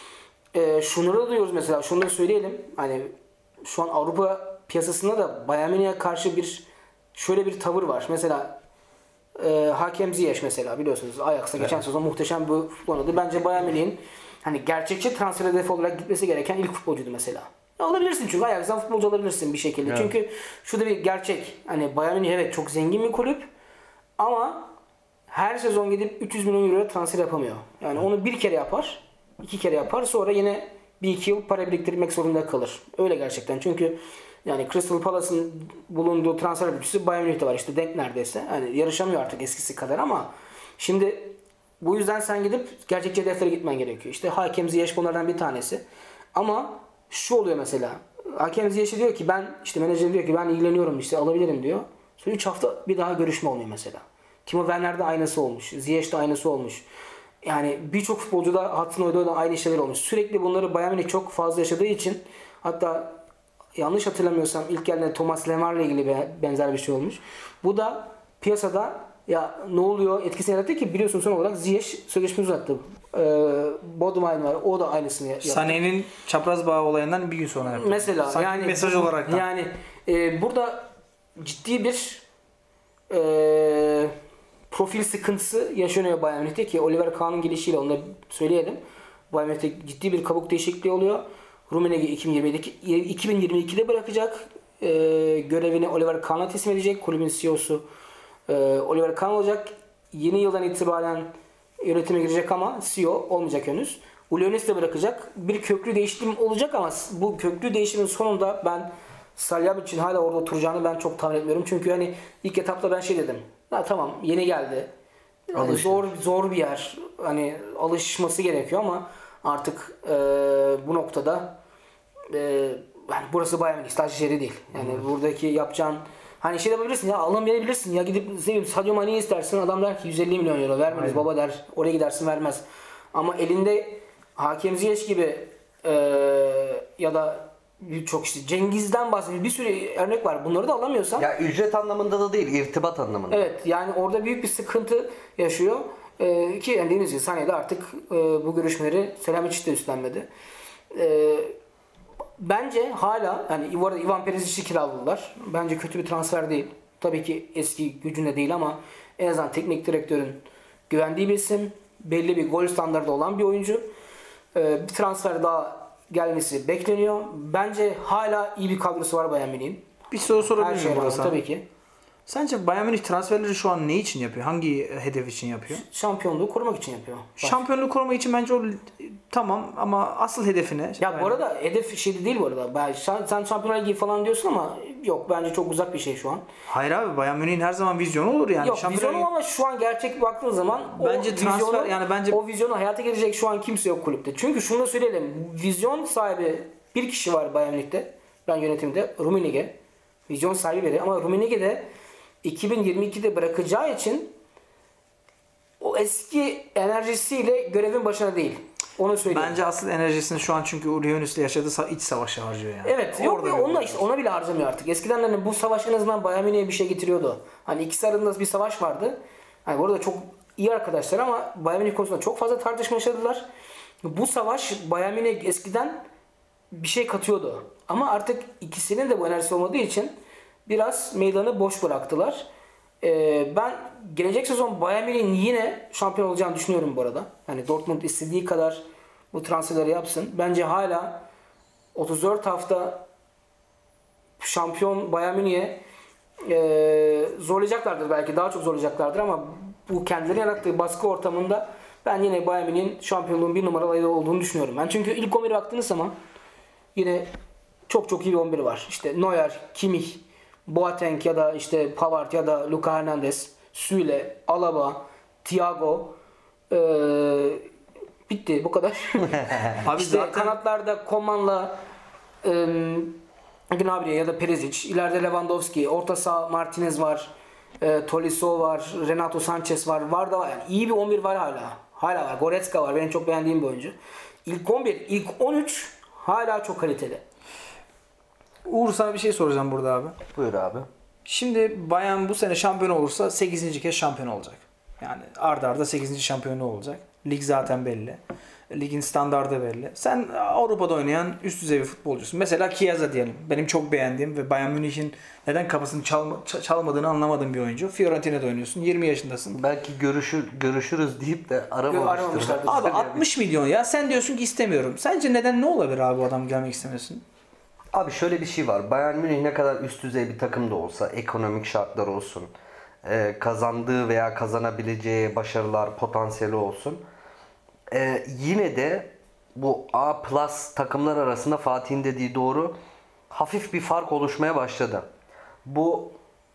e, şunları da duyuyoruz mesela. Şunu da söyleyelim. Hani şu an Avrupa piyasasında da Bayern Münih'e karşı bir şöyle bir tavır var. Mesela e, Hakem Ziyech mesela biliyorsunuz Ajax'a geçen Evet. sezon muhteşem bir futbol oynadı. Bence Bayern Münih'in hani gerçekçi transfer hedefi olarak gitmesi gereken ilk futbolcuydu mesela. Ya alabilirsin çünkü Ajax'tan futbolcu alabilirsin bir şekilde. Evet. Çünkü şurada bir gerçek. Hani Bayern Münih evet çok zengin bir kulüp ama her sezon gidip üç yüz milyon euro transfer yapamıyor. Yani onu bir kere yapar, iki kere yapar sonra yine bir iki yıl para biriktirmek zorunda kalır. Öyle gerçekten. Çünkü yani Crystal Palace'ın bulunduğu transfer bütçesi Bayern Münih'te var işte denk neredeyse. Yani yarışamıyor artık eskisi kadar ama şimdi bu yüzden sen gidip gerçekçi hedeflere gitmen gerekiyor. İşte Hakem Ziyech bunlardan bir tanesi. Ama şu oluyor mesela. Hakem Ziyech diyor ki ben işte menajer diyor ki ben ilgileniyorum işte alabilirim diyor. Sonra üç hafta bir daha görüşme olmuyor mesela. Timo Werner'de aynısı olmuş. Ziyech'te aynısı olmuş. Yani birçok futbolcuda Hudson Odoi aynı şeyler olmuş. Sürekli bunları Bayern Münih çok fazla yaşadığı için, hatta yanlış hatırlamıyorsam ilk geldiğinde Thomas Lemar ile ilgili bir benzer bir şey olmuş. Bu da piyasada ya ne oluyor etkisini yarattı ki biliyorsun son olarak Ziyech sözleşme uzattı. Ee, Bodumay var. O da aynısını yaptı. Sané'nin çapraz bağ olayından bir gün sonra yaptı. Mesela Sanki yani mesaj olarak da. Yani e, burada ciddi bir e, profil sıkıntısı yaşanıyor Bayern Münih'te ki Oliver Kahn'ın gelişiyle onu da söyleyelim. Bayern Münih'te ciddi bir kabuk değişikliği oluyor. Rummenigge iki bin yirmi ikide bırakacak. E, görevini Oliver Kahn'a teslim edecek. Kulübün C E O'su e, Oliver Kahn olacak. Yeni yıldan itibaren yönetime girecek ama C E O olmayacak henüz. Uli Hoeneß de bırakacak. Bir köklü değişim olacak ama bu köklü değişimin sonunda ben Salihamidzic'in hala orada oturacağını ben çok tahmin etmiyorum. Çünkü hani ilk etapta ben şey dedim. Ya tamam yeni geldi. Yani zor zor bir yer. Hani alışması gerekiyor ama artık e, bu noktada e, yani burası Bayern Münih staj yeri değil. Yani hmm. buradaki yapacağın hani şey yapabilirsin ya alamayabilirsin ya gidip seveyim Sadio Mane'yi istersin adam der ki yüz elli milyon euro vermeniz baba der. Oraya gidersin vermez. Ama elinde Hakem Ziyech gibi e, ya da çok işte Cengiz'den bahsediyor. Bir sürü örnek var. Bunları da alamıyorsan. Ya ücret anlamında da değil, irtibat anlamında. Evet, yani orada büyük bir sıkıntı yaşıyor. Ee, ki yani dediğimiz gibi Sané'de artık e, bu görüşmeleri Selamic de üstlenmedi. E, bence hala yani bu arada Ivan Perisic kiraladılar. Bence kötü bir transfer değil. Tabii ki eski gücünde değil ama en azından teknik direktörün güvendiği bir isim. Belli bir gol standardı olan bir oyuncu. E, bir transfer daha gelmesi bekleniyor. Bence hala iyi bir kadrosu var Bayern Münih'in. Bir soru sorabilir miyim şey burada sana? Tabii ki. Sence Bayern Münih transferleri şu an ne için yapıyor? Hangi hedef için yapıyor? Şampiyonluğu korumak için yapıyor. Bak. Şampiyonluğu korumak için bence o tamam ama asıl hedefi ne? Ya yani. Bu arada hedef şey değil bu arada. Ben, sen Şampiyonlar Ligi falan diyorsun ama yok bence çok uzak bir şey şu an. Hayır abi Bayern Münih'in her zaman vizyonu olur yani. Yok Şampiyonlar... vizyonu ama şu an gerçek baktığın zaman bence o transfer vizyonu, yani bence o vizyonu hayata geçirecek şu an kimse yok kulüpte. Çünkü şunu da söyleyelim. Vizyon sahibi bir kişi var Bayern Münih'te. Ben yönetimde Rummenigge. Vizyon sahibi biri ama Rummenigge de iki bin yirmi ikide bırakacağı için o eski enerjisiyle görevin başına değil. Onu söyleyeyim. Bence asıl enerjisini şu an çünkü Uli Hoeneß'le yaşadığı iç savaşı harcıyor yani. Evet. Yok ya onunla işte ona bile harcamıyor artık. Eskiden hani bu savaş en azından Bayern Münih'e bir şey getiriyordu. Hani ikisi arasında bir savaş vardı. Hani bu arada çok iyi arkadaşlar ama Bayern Münih konusunda çok fazla tartışma yaşadılar. Bu savaş Bayern Münih'e eskiden bir şey katıyordu. Ama artık ikisinin de bu enerjisi olmadığı için biraz meydanı boş bıraktılar. Ee, ben gelecek sezon Bayern Münih'in yine şampiyon olacağını düşünüyorum bu arada. Yani Dortmund istediği kadar bu transferleri yapsın. Bence hala otuz dört hafta şampiyon Bayern Münih'e e, zorlayacaklardır belki. Daha çok zorlayacaklardır ama bu kendileri yarattığı baskı ortamında ben yine Bayern Münih'in şampiyonluğun bir numaralı adayı olduğunu düşünüyorum. Ben çünkü ilk on bire baktığınız zaman yine çok çok iyi bir on bir var. İşte Neuer, Kimmich, Boateng ya da işte Pavard ya da Luka Hernandez, Süle, Alaba, Thiago ee, bitti bu kadar. Abi işte zaten... kanatlarda Koman'la e, Gnabry ya da Perisic, ileride Lewandowski, orta saha Martinez var, e, Tolisso var, Renato Sanchez var. Var da var. Yani iyi bir on bir var hala. Hala var. Goretzka var. Benim çok beğendiğim bir oyuncu. İlk on bir, ilk on üç hala çok kaliteli. Uğur sana bir şey soracağım burada abi. Buyur abi. Şimdi Bayern bu sene şampiyon olursa sekizinci kez şampiyon olacak. Yani arda arda sekizinci şampiyonu olacak. Lig zaten belli. Ligin standardı belli. Sen Avrupa'da oynayan üst düzey bir futbolcusun. Mesela Chiesa diyelim. Benim çok beğendiğim ve Bayern Münih'in neden kapısını çalma, çalmadığını anlamadığım bir oyuncu. Fiorentina'da oynuyorsun. yirmi yaşındasın. Belki görüşür, görüşürüz deyip de aramamıştır. Abi altmış milyon ya. Sen diyorsun ki istemiyorum. Sence neden ne olabilir abi bu adam gelmek istemiyorsun? Abi şöyle bir şey var. Bayern Münih ne kadar üst düzey bir takım da olsa, ekonomik şartlar olsun, e, kazandığı veya kazanabileceği başarılar, potansiyeli olsun. E, yine de bu A plus takımlar arasında Fatih'in dediği doğru, hafif bir fark oluşmaya başladı. Bu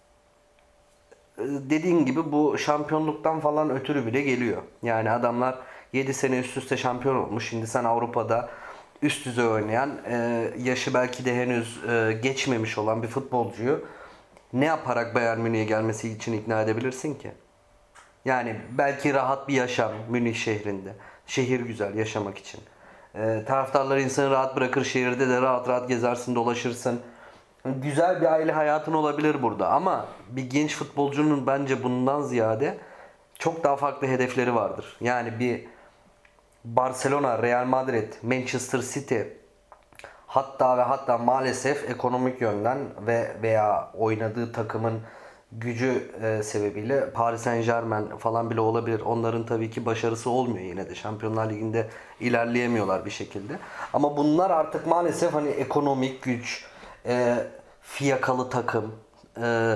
e, dediğin gibi bu şampiyonluktan falan ötürü bile geliyor. Yani adamlar yedi sene üst üste şampiyon olmuş. Şimdi sen Avrupa'da üst düzey oynayan, e, yaşı belki de henüz e, geçmemiş olan bir futbolcuyu ne yaparak Bayern Münih'e gelmesi için ikna edebilirsin ki? Yani belki rahat bir yaşam Münih şehrinde. Şehir güzel yaşamak için. Ee, taraftarlar insanı rahat bırakır, şehirde de rahat rahat gezersin, dolaşırsın. Güzel bir aile hayatın olabilir burada ama bir genç futbolcunun bence bundan ziyade çok daha farklı hedefleri vardır. Yani bir Barcelona, Real Madrid, Manchester City, hatta ve hatta maalesef ekonomik yönden ve veya oynadığı takımın gücü e, sebebiyle Paris Saint-Germain falan bile olabilir. Onların tabii ki başarısı olmuyor yine de. Şampiyonlar Ligi'nde ilerleyemiyorlar bir şekilde. Ama bunlar artık maalesef hani ekonomik güç, e, fiyakalı takım, e,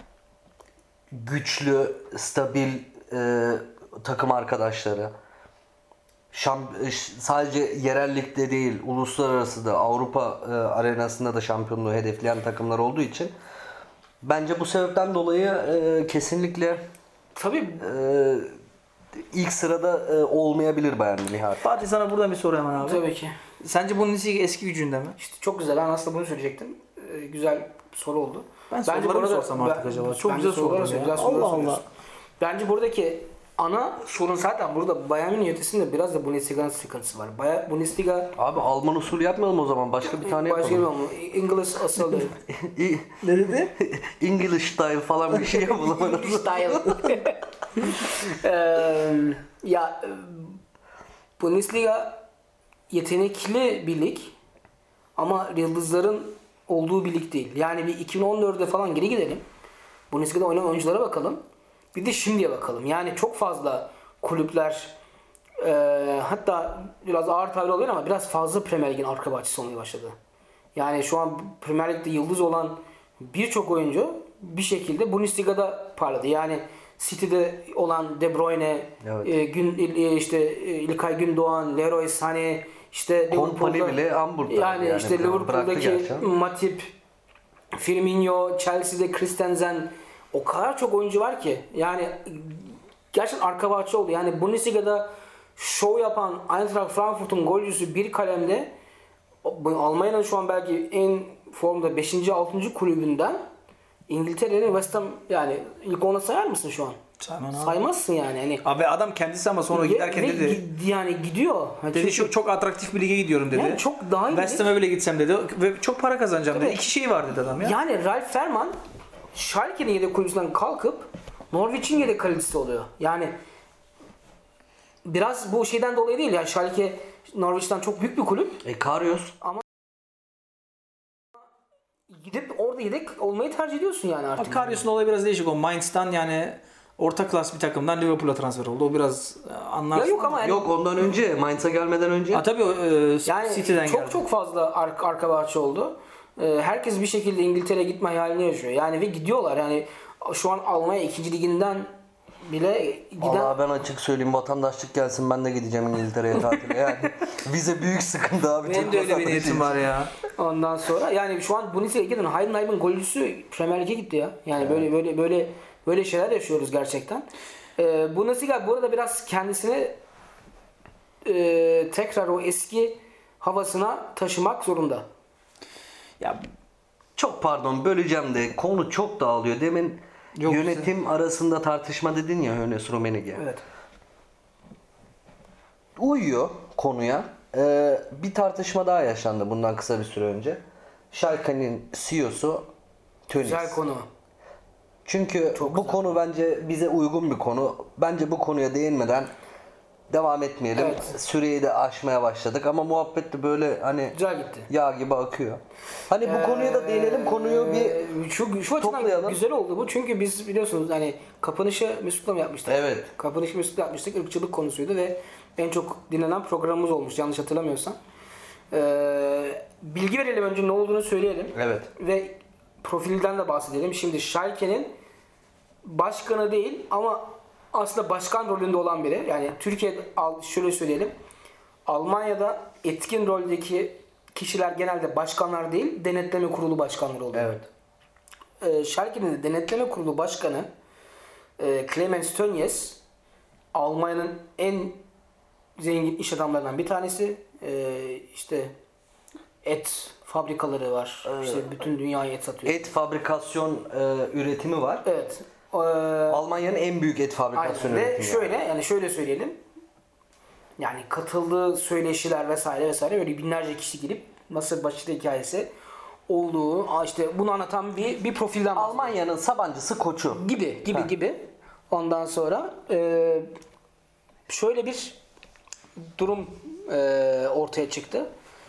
güçlü, stabil e, takım arkadaşları. Şamp- sadece yerellikte değil, uluslararası da Avrupa e, arenasında da şampiyonluğu hedefleyen takımlar olduğu için bence bu sebepten dolayı e, kesinlikle Tabii e, ilk sırada e, olmayabilir Bayern Münih artık. Fatih sana buradan bir soru hemen abi. tabii ki. Sence Bundesliga eski gücünde mi? İşte çok güzel. Ben aslında bunu söyleyecektim. Ee, güzel bir soru oldu. Ben soruları mı sorsam artık acaba? Çok güzel sorular ya. Güzel sorular Allah Allah. soruyorsun. Bence buradaki ana sorun zaten burada Bayern Münih ötesinde biraz da Bundesliga'nın sıkıntısı var. Bayern Bundesliga Abi Alman usulü yapmayalım o zaman. Başka bir tane başka yapalım. bir İngiliz asıllı. Ne dedi? English style falan bir şey yapalım. English style. Eee, ya e, Bundesliga yetenekli bir lig ama yıldızların olduğu bir lig değil. Yani bir iki bin on dörde falan geri gidelim. Bundesliga'da oynayan oyunculara bakalım. Bir de şimdiye bakalım. Yani çok fazla kulüpler e, hatta biraz ağır tabir oluyor ama biraz fazla Premier Lig'in arka bahçesi olmaya başladı. Yani şu an Premier Lig'de yıldız olan birçok oyuncu bir şekilde Bundesliga'da parladı. Yani City'de olan De Bruyne, Evet. e, gün e, işte e, İlkay Gündoğan, Leroy Sané, işte Kompany Liverpool'da- bile Hamburg'da. yani, yani işte bıraktı Liverpool'daki gerçi. Matip, Firmino, Chelsea'de Christensen, o kadar çok oyuncu var ki yani gerçekten arka bahçe oldu. Yani Bundesliga'da şov yapan Eintracht Frankfurt'un golcüsü bir kalemde Almanya'nın şu an belki en formda beşinci altıncı kulübünden İngiltere'nin West Ham, yani ilk ona sayar mısın şu an? Saymam abi. Saymazsın yani. Hani Abi adam kendisi ama sonra Ve- giderken ve dedi. gi- yani gidiyor. Yani Dedi çünkü- çok, çok atraktif bir lige gidiyorum dedi. Yani çok daha iyi bir West Ham'a bile gitsem dedi ve çok para kazanacağım dedi. Tabii. İki şey var dedi adam ya. Yani Ralf Fährmann Schalke'nin yedek kulübüsünden kalkıp Norwich'in yedek kalecisi oluyor. Yani biraz bu şeyden dolayı değil. Yani Schalke Norwich'ten çok büyük bir kulüp. E Karius. Gidip orada yedek olmayı tercih ediyorsun yani Ama artık. Karius'un olayı biraz değişik. O Mainz'tan yani orta klas bir takımdan Liverpool'a transfer oldu. O biraz e, anlarsın. Ya yok ama yani, Yok ondan önce Mainz'a gelmeden önce. Ha tabii o e, yani City'den çok geldi. çok fazla arka, arka bahçe oldu. Ee, herkes bir şekilde İngiltere'ye gitme hayalini yaşıyor. Yani ve gidiyorlar. Yani şu an Almanya ikinci liginden bile giden. Vallahi ben açık söyleyeyim, vatandaşlık gelsin ben de gideceğim İngiltere'ye tatile yani. Vize büyük sıkıntı abi. Benim Türk de öyle bir vatandaşı niyetim için. var ya. Ondan sonra yani şu an Bundesliga'ya giden Heidenheim'in golcüsü Premier Lig'e gitti ya. Yani böyle böyle böyle böyle şeyler yaşıyoruz gerçekten. Ee, Bundesliga bu arada biraz kendisini e, tekrar o eski havasına taşımak zorunda. Ya Çok pardon böleceğim de konu çok dağılıyor. Demin Yok, yönetim arasında tartışma dedin ya Hönes Rummenigge. Evet. Uyuyor konuya. Ee, bir tartışma daha yaşandı bundan kısa bir süre önce. Schalke'nin C E O'su Tönnies. Güzel konu. Çünkü bu konu bence bize uygun bir konu. Bence bu konuya değinmeden devam etmeyelim. Evet. Süreyi de aşmaya başladık ama muhabbet de böyle hani Güzel gitti. yağ gibi akıyor. Hani bu konuya da değinelim. Konuyu bir Ee, şu, şu açıdan toplayalım. güzel oldu bu. Çünkü biz biliyorsunuz hani kapanışı Mesut'la mı yapmıştık? Evet. Kapanışı Mesut'la yapmıştık. Irkçılık konusuydu ve en çok dinlenen programımız olmuş yanlış hatırlamıyorsam. Ee, bilgi verelim, önce ne olduğunu söyleyelim. Evet. Ve profilden de bahsedelim. Şimdi Schalke'nin başkanı değil ama aslında başkan rolünde olan biri. Yani Türkiye'de al- şöyle söyleyelim. Almanya'da etkin roldeki kişiler genelde başkanlar değil, denetleme kurulu başkanları oluyor. Evet. Ee, Schalke'nin de denetleme kurulu başkanı e, Clemens Tönnies Almanya'nın en zengin iş adamlarından bir tanesi. Ee, işte et fabrikaları var. İşte bütün dünyaya et satıyor. Et fabrikasyon e, üretimi var. Evet. Ee, Almanya'nın en büyük et fabrikasyon aynen. Ve üretimi. şöyle yani şöyle söyleyelim. Yani katıldığı söyleşiler vesaire vesaire böyle binlerce kişi gelip Mısır başta hikayesi olduğu aa işte bunu anlatan bir bir profilden bahsediyor. Almanya'nın Sabancısı Koçu. gibi gibi Ha. gibi. Ondan sonra e, şöyle bir durum e, ortaya çıktı.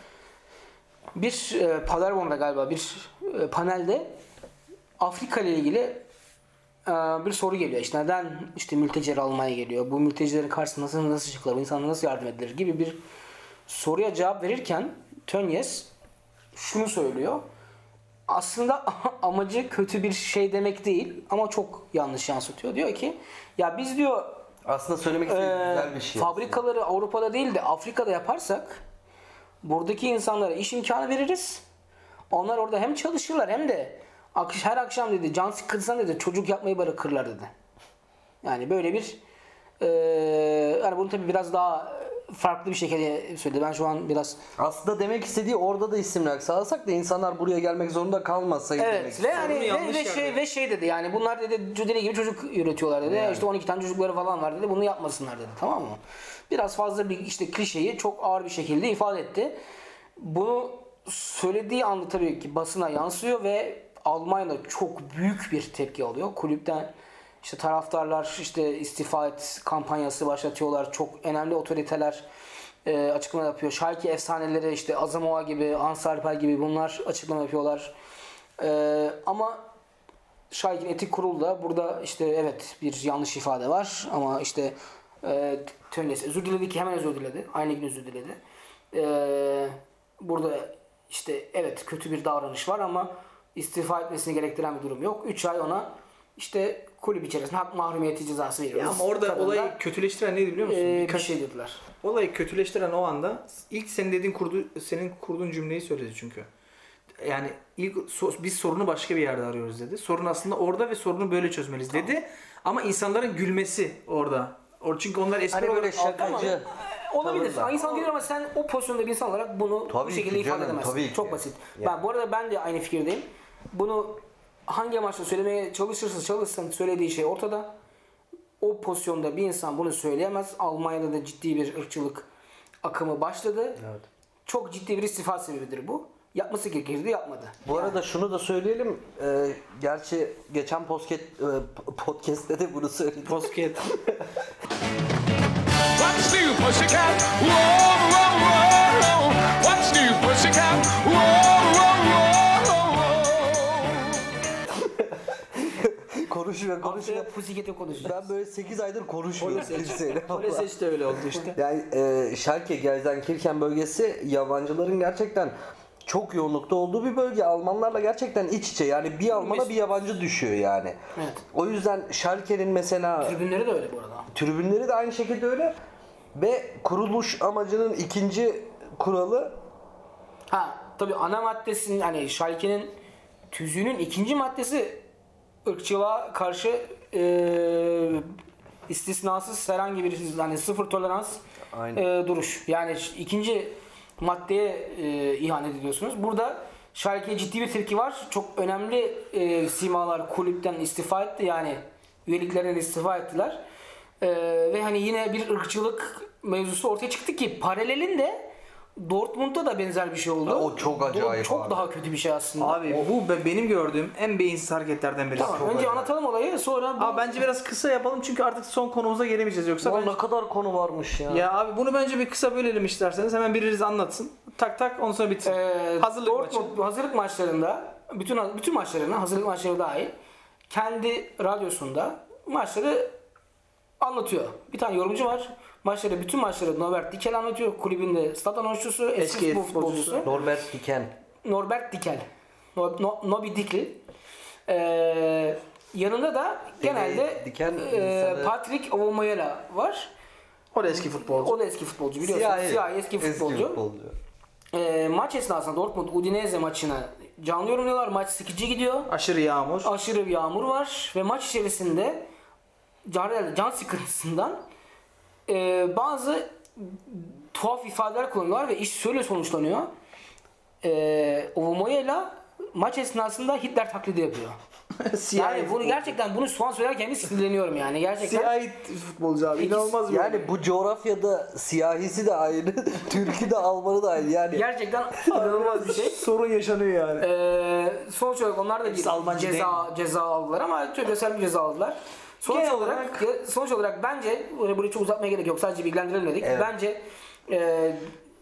Bir e, Paderborn'da galiba bir e, panelde Afrika ile ilgili e, bir soru geliyor. İşte neden işte mülteciler Almanya'ya geliyor? Bu mültecilerin karşısında nasıl nasıl çıkılır? Bu insanlara nasıl yardım edilir? Gibi bir soruya cevap verirken Tönnies şunu söylüyor. Aslında amacı kötü bir şey demek değil ama çok yanlış yansıtıyor. Diyor ki ya biz diyor Aslında söylemek istediğim e, güzel bir şey. fabrikaları Avrupa'da değil de Afrika'da yaparsak buradaki insanlara iş imkanı veririz. Onlar orada hem çalışırlar hem de ak- her akşam dedi can sıkıntısan dedi çocuk yapmayı bırakırlar dedi. Yani böyle bir e, yani bunu tabii biraz daha farklı bir şekilde söyledi. Ben şu an biraz Aslında demek istediği orada da isimler sağlasak da insanlar buraya gelmek zorunda kalmasaydı demek evet ve istiyor. yani ve, yanlış ve yerde. şey ve şey dedi yani bunlar dedi deli gibi çocuk üretiyorlar dedi. Yani. İşte on iki tane çocukları falan var dedi. Bunu yapmasınlar dedi. Tamam mı? Biraz fazla bir işte klişeyi çok ağır bir şekilde ifade etti. Bunu söylediği anda tabii ki basına yansıyor ve Almanya'da çok büyük bir tepki alıyor. Kulüpten işte taraftarlar işte istifa et kampanyası başlatıyorlar. Çok önemli otoriteler e, açıklama yapıyor. Schalke efsaneleri işte Asamoah gibi, Hans Alper gibi bunlar açıklama yapıyorlar. E, ama Schalke'nin etik kurulu da burada işte evet bir yanlış ifade var ama işte e, Tönnies özür diledi ki hemen özür diledi. Aynı gün özür diledi. E, burada işte evet kötü bir davranış var ama istifa etmesini gerektiren bir durum yok. üç ay ona işte kulüp içerisinde hak mahrumiyeti cezası veriyoruz. Ya ama orada Tadında, olayı kötüleştiren neydi biliyor musun? e, bir Birkaç- şey dediler. Olayı kötüleştiren o anda ilk senin dediğin kurdu, senin kurduğun cümleyi söyledi çünkü. Yani ilk so- biz sorunu başka bir yerde arıyoruz dedi. Sorun aslında orada ve sorunu böyle çözmeliyiz dedi. Ama insanların gülmesi orada. Or çünkü onlar espri Hani böyle olarak şakacı. Olabilir. Tavırlar. İnsan gelir ama sen o pozisyonda bir insan olarak bunu Tabii bu şekilde ki ifade canım, edemezsin. tabii ki. Çok basit. Yani. Ben bu arada ben de aynı fikirdeyim. Bunu hangi amaçla söylemeye çalışırsa çalışsın söylediği şey ortada. O pozisyonda bir insan bunu söyleyemez. Almanya'da da ciddi bir ırkçılık akımı başladı. Evet. Çok ciddi bir istifa sebebidir bu. Yapması gerekirdi, yapmadı. Bu arada şunu da söyleyelim. E, gerçi geçen podcast, e, podcast'te de bunu söyledim. Posket. What's new, pussycat? Whoa, whoa, whoa. What's new, pussycat? Whoa, whoa, whoa. konuşuyor konuşuyor. Haftaya Pussycat'e konuşacağız. Ben böyle sekiz aydır konuşmuyorum kimseyle. Maalesef de öyle oldu işte. Yani e, Schalke, Gelsenkirchen bölgesi yabancıların gerçekten çok yoğunlukta olduğu bir bölge. Almanlarla gerçekten iç içe. Yani bir Alman'a bir yabancı düşüyor yani. Evet. O yüzden Schalke'nin mesela Tribünleri de öyle bu arada. tribünleri de aynı şekilde öyle. Ve kuruluş amacının ikinci kuralı Ha tabii ana maddesinin hani Schalke'nin tüzüğünün ikinci maddesi ırkçılığa karşı e, istisnasız herhangi bir hani sıfır tolerans Aynen. e, duruş. Yani ikinci maddeye e, ihanet ediyorsunuz. Burada Schalke'ye ciddi bir tepki var. Çok önemli e, simalar kulüpten istifa etti. Yani üyeliklerinden istifa ettiler. E, ve hani yine bir ırkçılık mevzusu ortaya çıktı ki paralelinde Dortmund'da da benzer bir şey oldu. Ya o çok acayip Çok abi. daha kötü bir şey aslında. Abi bu be- benim gördüğüm en beyinsiz hareketlerden birisi. Tamam, çok önce acayip. anlatalım olayı sonra bu... Abi bence biraz kısa yapalım çünkü artık son konumuza gelemeyeceğiz yoksa Ulan ben... ne kadar konu varmış ya. Ya abi bunu bence bir kısa bölelim isterseniz. Hemen biriniz anlatsın. Tak tak ondan sonra bitsin. Ee, Hazırlık maçı. Dortmund hazırlık maçlarında bütün bütün maçlarına hazırlık maçları dahil kendi radyosunda maçları anlatıyor. Bir tane yorumcu var. Maçları bütün maçları Norbert Dickel anlatıyor. Kulübün de stat anonsçusu, eski, Eski futbol futbolcusu. futbolcusu. Norbert Diken. Norbert Dickel. No, no, Nobi Dickel. Ee, yanında da genelde Diken e, insanı- Patrick Aubameyang var. O da eski futbolcu. O da eski futbolcu biliyorsun. Siyahi. Siyahi eski futbolcu. Ee, maç esnasında Dortmund Udinese maçına canlı yorumluyorlar. Maç sıkıcı gidiyor. Aşırı yağmur. Aşırı bir yağmur var ve maç içerisinde can, can sıkıntısından e, bazı tuhaf ifadeler kullanıyorlar ve iş şöyle sonuçlanıyor. e, Ovumoya'yla maç esnasında Hitler taklidi yapıyor. Yani bunu gerçekten bunu şu an söylerken bir sinirleniyorum yani gerçekten. Siyahi futbolcu abi. İkisi- İnanılmaz bir Yani bu coğrafyada siyahisi de aynı, Türk'ü de Almanı da aynı. Yani Gerçekten inanılmaz bir şey. sorun yaşanıyor yani. Ee, sonuç olarak onlar da Hepsi bir Almancı ceza ceza aldılar ama töresel bir ceza aldılar. Sonuç Genel olarak, sonuç olarak bence burayı burayı çok uzatmaya gerek yok. Sadece bilgilendirilmedik. Evet. Bence e,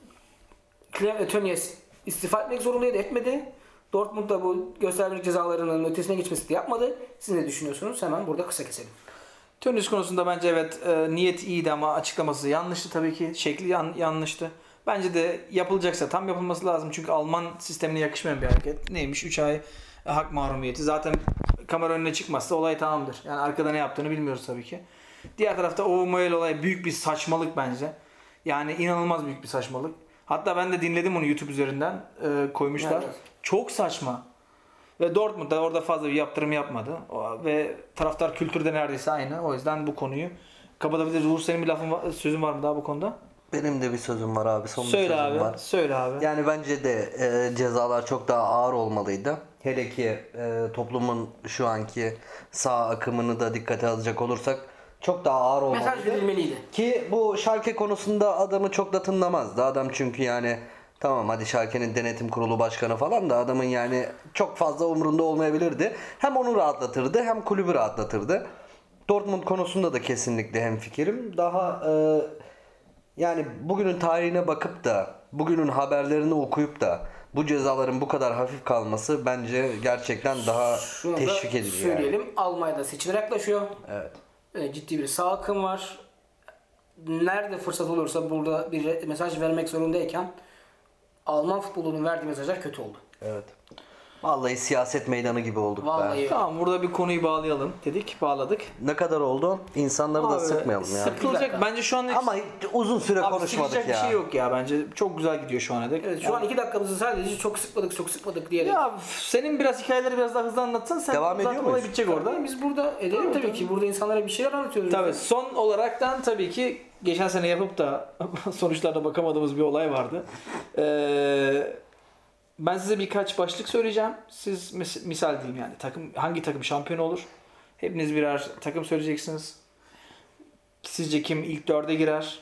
Clem Tönnies istifa etmek zorundaydı, etmedi. Dortmund da bu göstermelik cezalarının ötesine geçmesi de yapmadı. Siz ne düşünüyorsunuz? Hemen burada kısa keselim. Tönnies konusunda bence evet e, niyet iyiydi ama açıklaması yanlıştı tabii ki. Şekli yan, yanlıştı. Bence de yapılacaksa tam yapılması lazım. Çünkü Alman sistemine yakışmayan bir hareket. Neymiş? üç ay e, hak mahrumiyeti. Zaten kamera önüne çıkmazsa olay tamamdır. Yani arkada ne yaptığını bilmiyoruz tabii ki. Diğer tarafta Ovumoya'lı olay büyük bir saçmalık bence. Yani inanılmaz büyük bir saçmalık. Hatta ben de dinledim onu YouTube üzerinden e, koymuşlar. Evet. Çok saçma. Ve Dortmund da orada fazla bir yaptırım yapmadı. O- Ve taraftar kültürü de neredeyse aynı. O yüzden bu konuyu kapatabiliriz. Uğur senin bir lafın var, sözün var mı daha bu konuda? benim de bir sözüm var abi. Son bir Söyle sözüm abi. var. Söyle abi. Yani bence de e, cezalar çok daha ağır olmalıydı. Hele ki e, toplumun şu anki sağ akımını da dikkate alacak olursak çok daha ağır olmalıydı. Mesaj verilmeliydi. Ki bu Schalke konusunda adamı çok da tınlamazdı. Adam çünkü yani tamam hadi Schalke'nin denetim kurulu başkanı falan da adamın yani çok fazla umurunda olmayabilirdi. Hem onu rahatlatırdı hem kulübü rahatlatırdı. Dortmund konusunda da kesinlikle hemfikirim. Daha e, yani bugünün tarihine bakıp da bugünün haberlerini okuyup da bu cezaların bu kadar hafif kalması bence gerçekten daha Şunu da teşvik edici yani. söyleyelim. Almanya'da seçimler yaklaşıyor. Evet. E, ciddi bir sağ akım var. Nerede fırsat olursa burada bir mesaj vermek zorundayken Alman futbolunun verdiği mesajlar kötü oldu. Evet. Vallahi siyaset meydanı gibi olduk be. Vallahi Tamam burada bir konuyu bağlayalım dedik. Bağladık. Ne kadar oldu? İnsanları da Abi, sıkmayalım ya. Sıkılacak. Bence şu an Ama uzun süre Abi, konuşmadık sıkılacak ya. bir şey yok ya bence. Çok güzel gidiyor şu ana dek. Evet, şu an iki dakikamızı sadece çok sıkmadık çok sıkmadık diyerek. Ya senin biraz hikayeleri biraz daha hızlı anlatsan sen Devam zaten ediyor olay muyuz? bitecek orada. Tabii biz burada edelim tabii ki. Burada insanlara bir şeyler anlatıyoruz. Tabii son olaraktan tabii ki geçen sene yapıp da sonuçlarına bakamadığımız bir olay vardı. Ee, ben size birkaç başlık söyleyeceğim. Siz mis- misal diyeyim yani takım hangi takım şampiyon olur? Hepiniz birer takım söyleyeceksiniz. Sizce kim ilk dörde girer?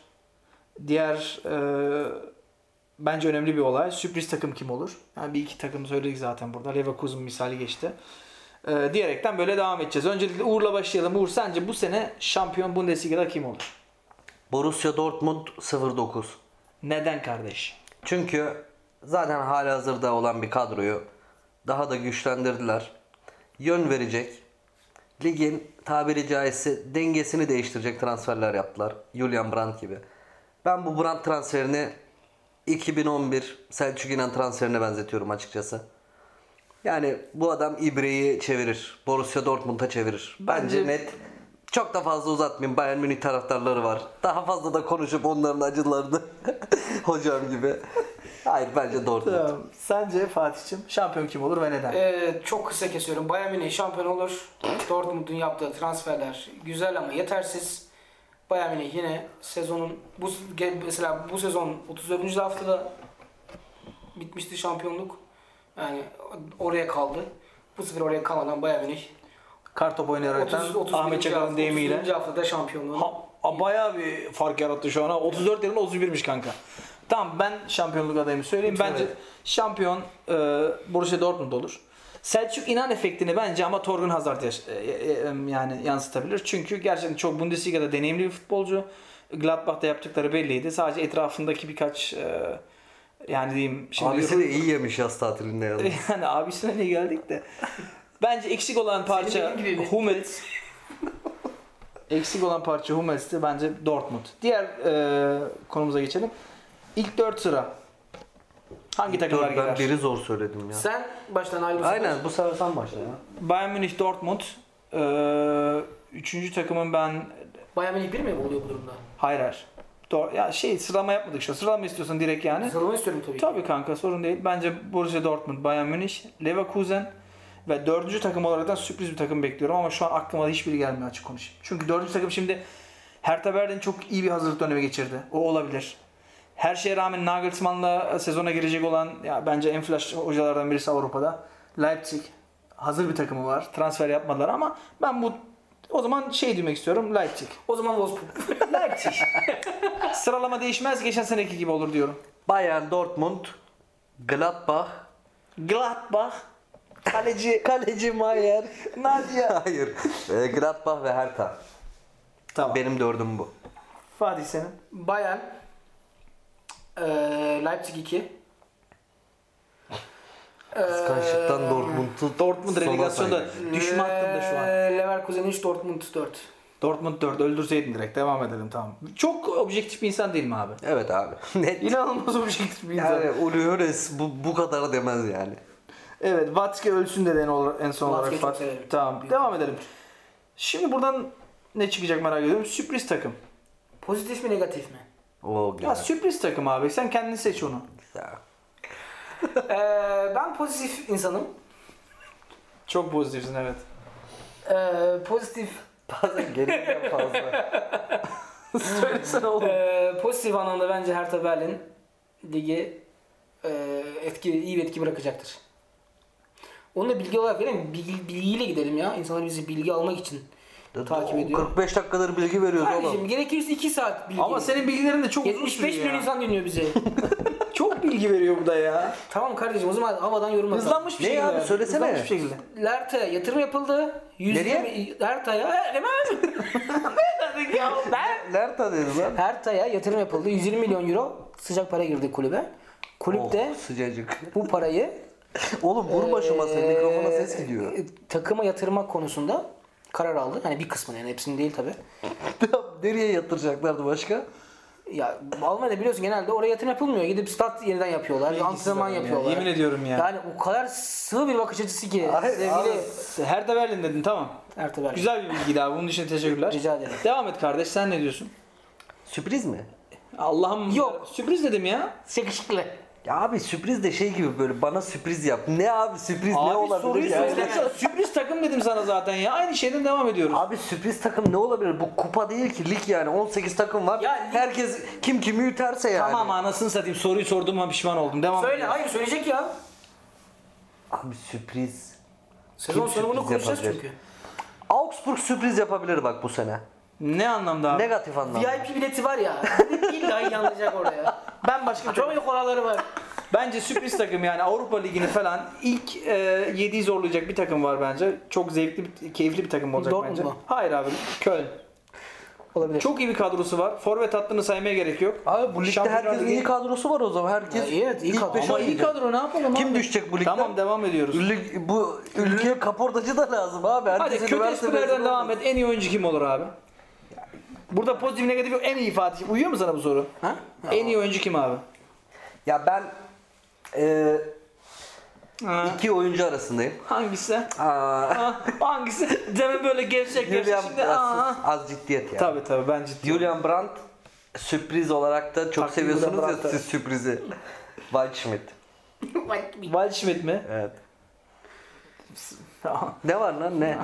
Diğer e, bence önemli bir olay. Sürpriz takım kim olur? Yani bir iki takım söyledik zaten burada. Leverkusen misali geçti. E, diyerekten böyle devam edeceğiz. Öncelikle Uğur'la başlayalım. Uğur sence bu sene şampiyon Bundesliga'da kim olur? Borussia Dortmund sıfır dokuz. Neden kardeş? Çünkü zaten halihazırda olan bir kadroyu daha da güçlendirdiler. Yön verecek. Ligin tabiri caizse dengesini değiştirecek transferler yaptılar. Julian Brandt gibi. Ben bu Brandt transferini iki bin on bir Selçuk İnan transferine benzetiyorum açıkçası. Yani bu adam İbre'yi çevirir. Borussia Dortmund'a çevirir. Bence, Bence- net. Çok da fazla uzatmayayım. Bayern Münih taraftarları var. Daha fazla da konuşup onların acılarını hocam gibi. Hayır bence Dortmund. Tamam. Sence Fatih'cim şampiyon kim olur ve neden? Ee, çok kısa kesiyorum. Bayern Münih şampiyon olur. Dortmund'un yaptığı transferler güzel ama yetersiz. Bayern Münih yine sezonun bu mesela bu sezon otuz dördüncü haftada bitmişti şampiyonluk. Yani oraya kaldı. Bu sefer oraya kalmadan Bayern Münih Kartop oynayaraktan otuz, otuz Ahmet Çakar'ın deyimiyle. otuz birinci haftada şampiyonluğunu. Ha, a, bayağı bir fark yarattı şu an. ha. otuz dört yerine otuz birmiş kanka. Tamam ben şampiyonluk adayımı söyleyeyim. Bence şampiyon e, Borussia Dortmund olur. Selçuk İnan efektini bence ama Torgun Hazard yaş- e, e, e, yani yansıtabilir. Çünkü gerçekten çok Bundesliga'da deneyimli bir futbolcu. Gladbach'ta yaptıkları belliydi. Sadece etrafındaki birkaç e, yani diyeyim şimdi Abisi de iyi yemiş yaz tatilinde yalnız. yani abisine niye geldik de. Bence eksik olan parça benim gibi mi? Hummels. Eksik olan parça Hummels'ti bence Dortmund. Diğer e, konumuza geçelim. İlk dört sıra. Hangi takımlar Ben girer? biri zor söyledim ya. Sen baştan ayrılmışsın. Aynen bu sefer sen başla ya. Bayern Münih, Dortmund. E, üçüncü takımın ben Bayern Münih bir mi oluyor bu durumda? hayır hayır. Do- ya şey sıralama yapmadık şu. an. Sıralama istiyorsan direkt yani. Sıralama istiyorum tabii ki. Tabii kanka sorun değil. Bence Borussia Dortmund, Bayern Münih, Leverkusen ve dördüncü takım olarak da sürpriz bir takım bekliyorum ama şu an aklıma da hiçbiri gelmiyor açık konuşayım. Çünkü dördüncü takım şimdi Hertha Berlin çok iyi bir hazırlık dönemi geçirdi. O olabilir. Her şeye rağmen Nagelsmann'la sezona girecek olan ya bence en flash hocalardan birisi Avrupa'da. Leipzig hazır bir takımı var. Transfer yapmadılar ama ben bu o zaman şey demek istiyorum. Leipzig. O zaman Wolfsburg. Leipzig. Sıralama değişmez. Geçen seneki gibi olur diyorum. Bayern, Dortmund, Gladbach, Gladbach. Kaleci. kaleci Mayer. Nadia. Hayır. Ee, Gladbach ve Hertha. Tamam. Benim dördüm bu. Fatih senin. Bayern. Eee Leipzig iki. Kıskançlıktan Dortmund'u Dortmund sona relegasyonda saydım. düşme hattında şu an. Eee, Leverkusen üç, Dortmund dört. Dortmund dört öldürseydin direkt. Devam edelim tamam. Çok objektif bir insan değil mi abi? Evet abi. Net. İnanılmaz objektif bir insan. Yani Uli Hoeneß bu, bu kadar demez yani. Evet, Watzke ölsün dedi en, olarak, en son olarak. Watzke'yi çok Fat- severim. Tamam, devam edelim. Şimdi buradan ne çıkacak merak ediyorum. Sürpriz takım. Pozitif mi negatif mi? O Ya güzel. sürpriz takım abi. Sen kendin seç onu. Güzel. Eee ben pozitif insanım. Çok pozitifsin evet. Eee pozitif Bazen gerekiyor fazla. Söylesene oğlum. eee pozitif anlamda bence Hertha Berlin ligi eee etki iyi bir etki bırakacaktır. Onu da bilgi olarak vereyim. Bilgi, bilgiyle gidelim ya. İnsanlar bizi bilgi almak için takip ediyor. kırk beş dakikadır bilgi veriyoruz Kardeşim oğlum. gerekirse iki saat bilgi. Ama senin bilgilerin de çok uzun yetmiş sürüyor beş milyon ya. insan dinliyor bizi. Çok bilgi veriyor bu da ya. Tamam kardeşim o zaman havadan yorum atalım. Hızlanmış bir Ne şekilde. abi, söylesene. Hızlanmış bir şekilde. Lerta'ya yatırım yapıldı. Nereye? Lerta'ya hemen. Lerta dedi lan. Herta'ya yatırım yapıldı. yüz yirmi milyon euro sıcak para girdi kulübe. Kulüp de Oh, sıcacık. bu parayı Oğlum vur başıma sen, eee, mikrofona ses gidiyor. takıma yatırmak konusunda karar aldı. Hani bir kısmını yani hepsini değil tabi. Nereye yatıracaklardı başka? Ya Almanya'da biliyorsun genelde oraya yatırım yapılmıyor. Gidip stat yeniden yapıyorlar. Antrenman Ya, yapıyorlar. yemin ediyorum ya. Yani o kadar sığ bir bakış açısı ki Hayır, sevgili abi. Hertha Berlin dedin tamam. Ertuğrul Berlin. Güzel bir bilgiydi abi. Bunun için teşekkürler. Rica ederim. Devam et kardeş. Sen ne diyorsun? Sürpriz mi? Allah'ım. Yok. Sürpriz dedim ya. Yakışıklı. Ya abi sürpriz de şey gibi böyle bana sürpriz yap. Ne abi sürpriz ne Abi olabilir soruyu yani? söylesene. Sürpriz takım dedim sana zaten ya. Aynı şeyden devam ediyoruz. Abi sürpriz takım ne olabilir? Bu kupa değil ki lig yani. on sekiz takım var. Ya lig- Herkes kim kimi üterse yani. Tamam anasını satayım. Soruyu sorduğuma pişman oldum. Devam Söyle ediyoruz. hayır söyleyecek ya. Abi sürpriz. Sezon Kim sonu bunu sürpriz konuşacağız yapabilir? çünkü. Augsburg sürpriz yapabilir bak bu sene. Ne anlamda abi? Negatif anlamda. V I P bileti var ya. İlla yanlayacak oraya. Ben başka bir Çok iyi oraları var. Bence sürpriz takım yani Avrupa Ligi'ni falan ilk e, yediyi zorlayacak bir takım var bence. Çok zevkli, bir, keyifli bir takım olacak Dortmund bence. mu? Hayır abi, Köln. Olabilir. Çok iyi bir kadrosu var. Forvet hattını saymaya gerek yok. Abi bu ligde Şampiyonlar herkesin Ligi- iyi kadrosu var o zaman. Herkes Ya iyi, evet, iyi ilk kadro. beşe Ama iyi oynayacak. kadro ne yapalım Kim abi? düşecek bu ligden? Tamam devam ediyoruz. Lig- bu ülkeye kaportacı da lazım abi. Hadi Herkes kötü üniversite esprilerden mezunu devam olmaz. et. En iyi oyuncu kim olur abi? Burada pozitif negatif yok. En iyi Fatih. Uyuyor mu sana bu soru? Ha? En iyi oyuncu kim abi? Ya ben e, Ha. iki oyuncu arasındayım. Hangisi? Aa, Ha, hangisi? Demin böyle gevşek gevşek Julian şimdi. az, Aa. az ciddiyet ya. Tabii tabii ben ciddi. Julian Brandt sürpriz olarak da çok Taktiği seviyorsunuz burada ya Brandt'ı. siz sürprizi. Waldschmidt. Waldschmidt mi? Evet. Ne var lan ne?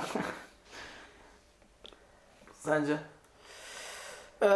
Sence? Eee,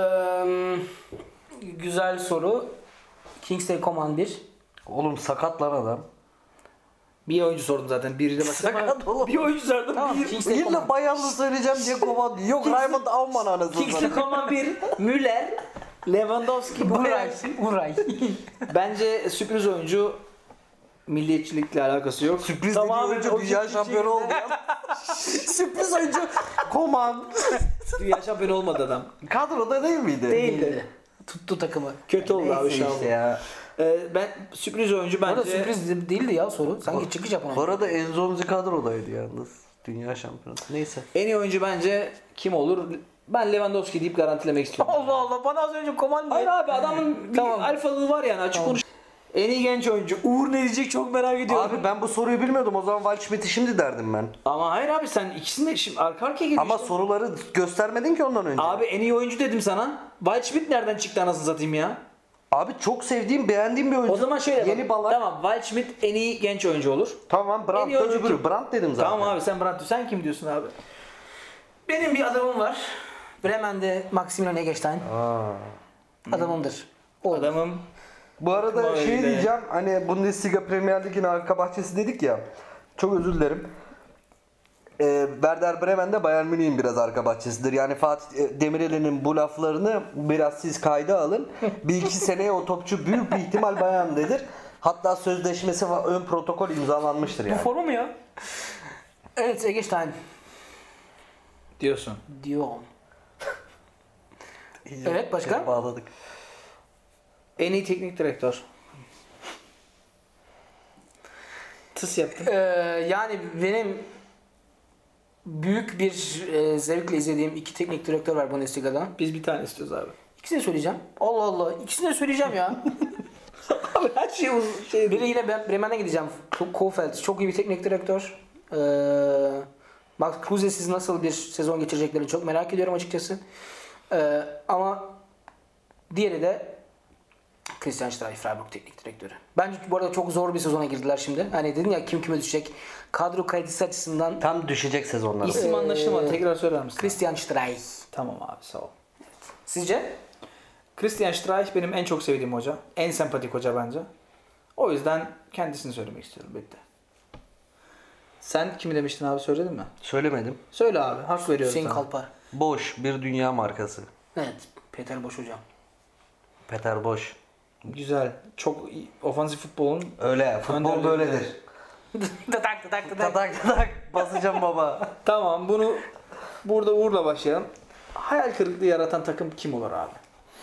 güzel soru. Kingsley Coman bir. Oğlum sakat lan adam. Bir oyuncu sordum zaten. Biriyle başladım ama Sakat oğlum. bir oyuncu sordum. Tamam, Bir- Kingsley İlle Coman. bayanlı söyleyeceğim diye kovan. Yok Raymond Aumann anasını Kingsley satayım. Coman bir, Müller, Lewandowski, Uray. Burak. Uray. Bence sürpriz oyuncu milliyetçilikle alakası yok. Sürpriz Tamamen dediği oyuncu dünya objektif şampiyonu oldu şekilde- ya. Sürpriz oyuncu Koman. Dünya şampiyonu olmadı adam. Kadroda değil miydi? Değildi. Tuttu takımı. Kötü oldu abi Neyse şu an. işte ya. Ee, ben sürpriz oyuncu bence. Orada sürpriz değildi ya soru. Sanki çıkış yapan. Bu arada Enzonzi kadrodaydı yalnız. Dünya şampiyonu. Neyse. En iyi oyuncu bence kim olur? Ben Lewandowski deyip garantilemek istiyorum. Allah Allah bana az önce Coman diye. Hayır abi adamın bir Tamam. alfalığı var yani açık konuş. En iyi genç oyuncu. Uğur ne diyecek çok merak ediyorum. Abi ben bu soruyu bilmiyordum. O zaman Waldschmidt'i şimdi derdim ben. Ama hayır abi sen ikisini de şimdi arka arkaya geliyor Ama işte. soruları göstermedin ki ondan önce. Abi, Abi en iyi oyuncu dedim sana. Waldschmidt nereden çıktı anasını satayım ya? çok sevdiğim, beğendiğim bir oyuncu. O zaman şöyle Yeni bak. balak. Tamam Waldschmidt en iyi genç oyuncu olur. Tamam En Brandt iyi da oyuncu öbürü. kim? Brandt dedim zaten. Tamam abi sen Brandt sen kim diyorsun abi? Benim bir adamım var. Bremen'de Maximilian Eggestein. Aa. Adamımdır. Olur. Adamım Bu arada Vay şey be. diyeceğim, hani Bundesliga Premier Lig'in arka bahçesi dedik ya. Çok özür dilerim. Ee, Werder Bremen de Bayern Münih'in biraz arka bahçesidir. Yani Fatih e, Demirel'in bu laflarını biraz siz kayda alın. Bir iki seneye o topçu büyük bir ihtimal Bayern'dedir. Hatta sözleşmesi ve ön protokol imzalanmıştır bu yani. formu mu ya? Evet Eggestein Diyorsun. diyorum. Evet, başka? Bağladık. En iyi teknik direktör. Tıs yaptım. Ee, yani benim büyük bir e, zevkle izlediğim iki teknik direktör var Bundesliga'da. Biz bir tane istiyoruz abi. İkisini de söyleyeceğim. Allah Allah. İkisini de söyleyeceğim ya. Abi her şey uzun şey. Biri yine ben Bremen'e gideceğim. Kofeld çok iyi bir teknik direktör. Ee, Max Kruse'siz nasıl bir sezon geçireceklerini çok merak ediyorum açıkçası. Ee, ama diğeri de Christian Streich, Freiburg teknik direktörü. Bence bu arada çok zor bir sezona girdiler şimdi. Hani dedin ya kim kime düşecek. Kadro kalitesi açısından Tam düşecek sezonlar. İsim anlaşılmadı. Tekrar söyler misin? Christian Streich. Tamam abi sağ ol. Sizce? Christian Streich benim en çok sevdiğim hoca. En sempatik hoca bence. O yüzden kendisini söylemek istiyorum. Bitti. Sen kimi demiştin abi, söyledin mi? Söylemedim. Söyle abi. Hak veriyorum Hüseyin sana. Kalpar. Boş bir dünya markası. Evet. Peter Boş hocam. Peter Boş. Güzel. Çok iyi. Ofansif futbolun Öyle. Futbol Önderleri. böyledir. Tıtak tıtak tıtak. Tatak tatak basacağım baba. Tamam, bunu burada Uğur'la başlayalım. Hayal kırıklığı yaratan takım kim olur abi?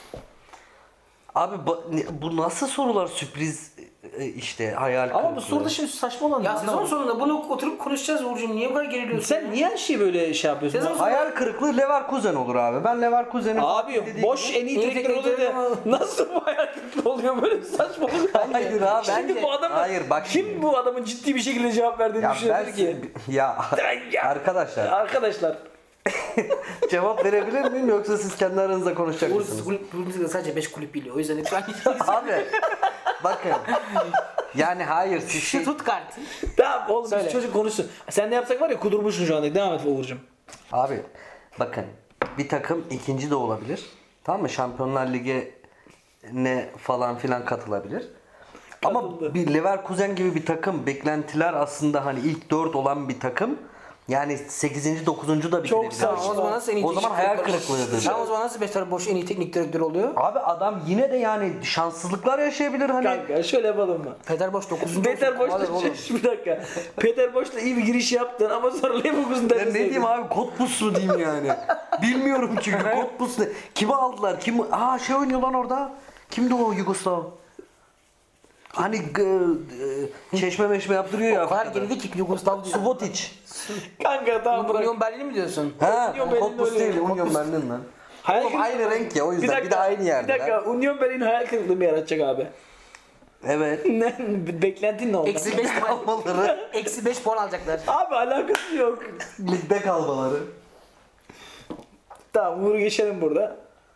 Abi ba- ne- bu nasıl sorular, sürpriz e, işte hayal Ama bu kırıklığı. soruda şimdi saçma olan. Ya ne? sezon Anlamadım. sonunda bunu oturup konuşacağız Uğur'cum. Niye bu kadar geriliyorsun? Sen niye her şeyi böyle şey yapıyorsun? Sezon- Hayal kırıklığı Leverkusen olur abi. Ben Leverkusen'i Abi boş en iyi İyi teknik teknik oluyor direktör da nasıl bu hayal kırıklığı oluyor, böyle saçmalık? Hayır abi. Şimdi Bence- bu adamın, Hayır, bak kim şimdi. bu adamın ciddi bir şekilde cevap verdiğini ya düşünüyor ben ki? ya Ya. arkadaşlar Arkadaşlar. cevap verebilir miyim yoksa siz kendi aranızda konuşacak Uğur mısınız? kulüp, Bundesliga'da sadece beş kulüp biliyor. O yüzden lütfen Abi bakın. Yani hayır siz şey, Stuttgart. Tamam oğlum, Söyle. biz çocuk konuşsun. Sen ne yapsak var ya, kudurmuşsun şu anda. Devam et Uğur'cum. abi bakın bir takım ikinci de olabilir. Tamam mı? Şampiyonlar Ligi ne falan filan katılabilir. Ama Katıldı. bir Leverkusen gibi bir takım, beklentiler aslında hani ilk dört olan bir takım. Yani sekizinci dokuzuncu da Çok bitirebilir. sağ ol. Tamam, o zaman nasıl en iyi O zaman teknik hayal direktör- kırıklığıdır. Tamam, o zaman nasıl Peter Boş en iyi teknik direktör oluyor? Abi adam yine de yani şanssızlıklar yaşayabilir hani. Kanka şöyle yapalım mı? Peter Boş dokuzuncu Peter Boş'la bir dakika. Peter Boş'la iyi bir giriş yaptın ama sonra Leverkusen'da Ben ne diyeyim abi, Cottbus'lu diyeyim yani. Bilmiyorum çünkü Cottbus ne? Kimi aldılar? Kim? Aa şey oynuyor lan orada. Kimdi o Yugoslav? Hani g- e, çeşme meşme yaptırıyor ya. O kadar Afrika'da. geride ki Yugoslav diyor. Subotic. Kanka tamam bırak. Union Berlin'i mi diyorsun? Ha, Union Berlin Cottbus öyle. değil, Union Berlin lan. Hayal Oğlum kırıklığı- aynı renk ya, o yüzden bir, de aynı yerde. Bir dakika, Union Berlin hayal kırıklığı mı yaratacak abi? Evet. Ne? Beklentin ne oldu? Eksi beş puan. Kalmaları. Eksi beş puan alacaklar. Abi alakası yok. Ligde kalmaları. Tamam, Uğur'u geçelim burada.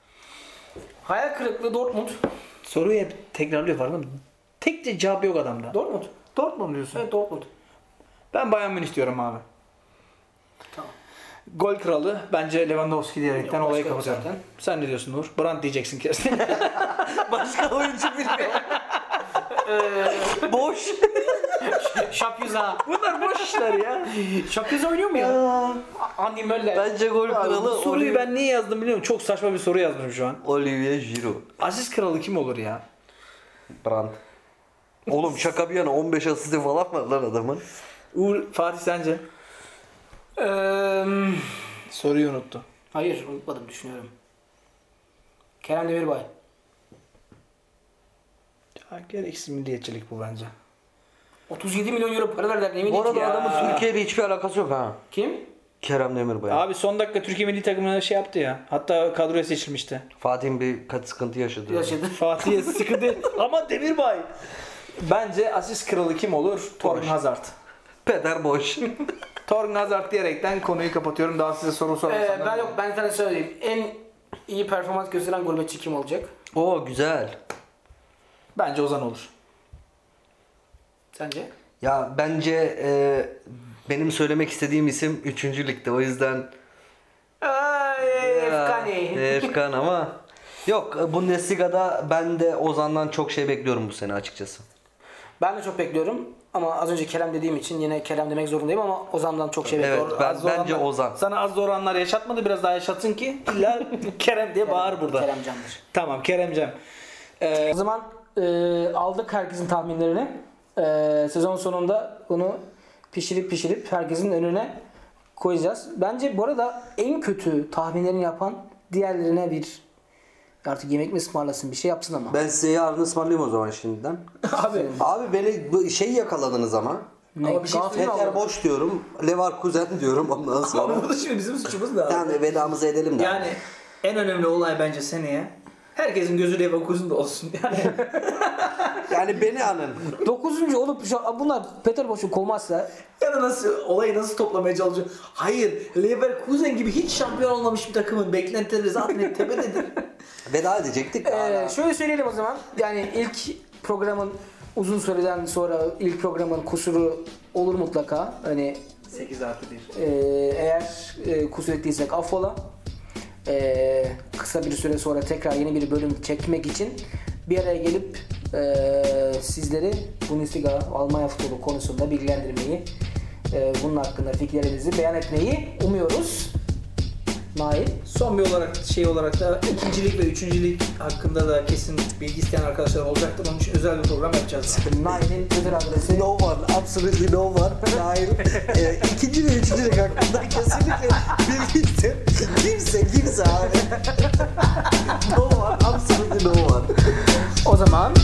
Hayal kırıklığı Dortmund. Soruyu hep tekrarlıyor, farkında mısın? Tek de cevap yok adamda. Dortmund. Dortmund diyorsun. Evet, Dortmund. Ben Bayern Münih diyorum abi. Tamam. Gol kralı bence Lewandowski diyerekten Yok, olayı başka yok kapatıyorum. zaten. Sen ne diyorsun Uğur? Brandt diyeceksin kesin. Başka oyuncu bilmiyorum. Boş. Şapyuza. Bunlar boş işler ya. Şapyuza oynuyor mu ya? Andy Möller. Bence gol Abi, kralı bu soruyu Oli- ben niye yazdım biliyor musun? Çok saçma bir soru yazmışım şu an. Olivier Giroud. Asist kralı kim olur ya? Brandt. Oğlum şaka bir yana on beş asisti falan var lan adamın. Uğur, Fatih sence? Eee, Soruyu unuttu. hayır, unutmadım, düşünüyorum. Kerem Demirbay. Ya, gereksiz milliyetçilik bu bence. otuz yedi milyon euro para verdiler. Ne Bu arada milliyeti ya? adamın Türkiye'de hiçbir alakası yok ha. Kim? Kerem Demirbay. Abi son dakika Türkiye milli takımına şey yaptı ya. Hatta kadroya seçilmişti. Fatih'in bir kat sıkıntı yaşadı. Yaşadı. Fatih'e sıkıntı. Ama Demirbay. Bence asist kralı kim olur? Torgen Hazard. Peder boş. Torgen Hazard diyerekten konuyu kapatıyorum. Daha size soru sorarım. Ee, ben yok, ben sana söyleyeyim. En iyi performans gösteren gurbetçi kim olacak? Oo güzel. Bence Ozan olur. Sence? Ya bence e, benim söylemek istediğim isim üçüncü ligde, o yüzden Ay, Efkani. Efkan ama Yok, Bundesliga'da ben de Ozan'dan çok şey bekliyorum bu sene açıkçası. Ben de çok bekliyorum. Ama az önce Kerem dediğim için yine Kerem demek zorundayım ama Ozan'dan çok şey Evet, bekliyorum. ben Az zor bence anlar- Ozan. Sana az zor anlar yaşatmadı, biraz daha yaşatsın ki illa Kerem diye bağır burada. Kerem Can'dır. Tamam Keremcem. Ee, O zaman e, aldık herkesin tahminlerini. E, sezon sonunda bunu pişirip pişirip herkesin önüne koyacağız. Bence bu arada en kötü tahminlerini yapan diğerlerine bir artık yemek mi ısmarlasın bir şey yapsın ama. Ben size yarın ısmarlayayım o zaman şimdiden. abi Abi beni bu şey yakaladınız ama. Ne? Ama bir şey Gafil söyleyeyim mi Peter aldın? boş diyorum. Leverkusen diyorum ondan sonra. ama bu da şimdi bizim suçumuz da. Yani vedamızı edelim de. Yani en önemli olay bence seneye herkesin gözü Leverkusen'da olsun. Yani Yani beni anın. Dokuzuncu olup şu, bunlar Peter Boş'u kovmazsa ya da nasıl olayı nasıl toplamaya çalışıyor? Hayır, Leverkusen gibi hiç şampiyon olmamış bir takımın beklentileri zaten hep tepededir. Veda edecektik. Ee, Hala. şöyle söyleyelim o zaman. Yani ilk programın uzun süreden sonra ilk programın kusuru olur mutlaka. Hani sekiz artı bir. e, eğer e, kusur ettiysek affola. E, kısa bir süre sonra tekrar yeni bir bölüm çekmek için bir araya gelip e, sizleri Bundesliga Almanya futbolu konusunda bilgilendirmeyi, e, bunun hakkında fikirlerinizi beyan etmeyi umuyoruz. Nail. Son bir olarak şey olarak da ikincilik ve üçüncülük hakkında da kesin bilgi isteyen arkadaşlar olacaktır. Onun için özel bir program yapacağız. Nail'in Twitter adresi. No one, absolutely no one. Dahil. e, ikinci ve üçüncülük hakkında kesinlikle bilgi isteyen kimse, kimse abi. No one, absolutely no one. O zaman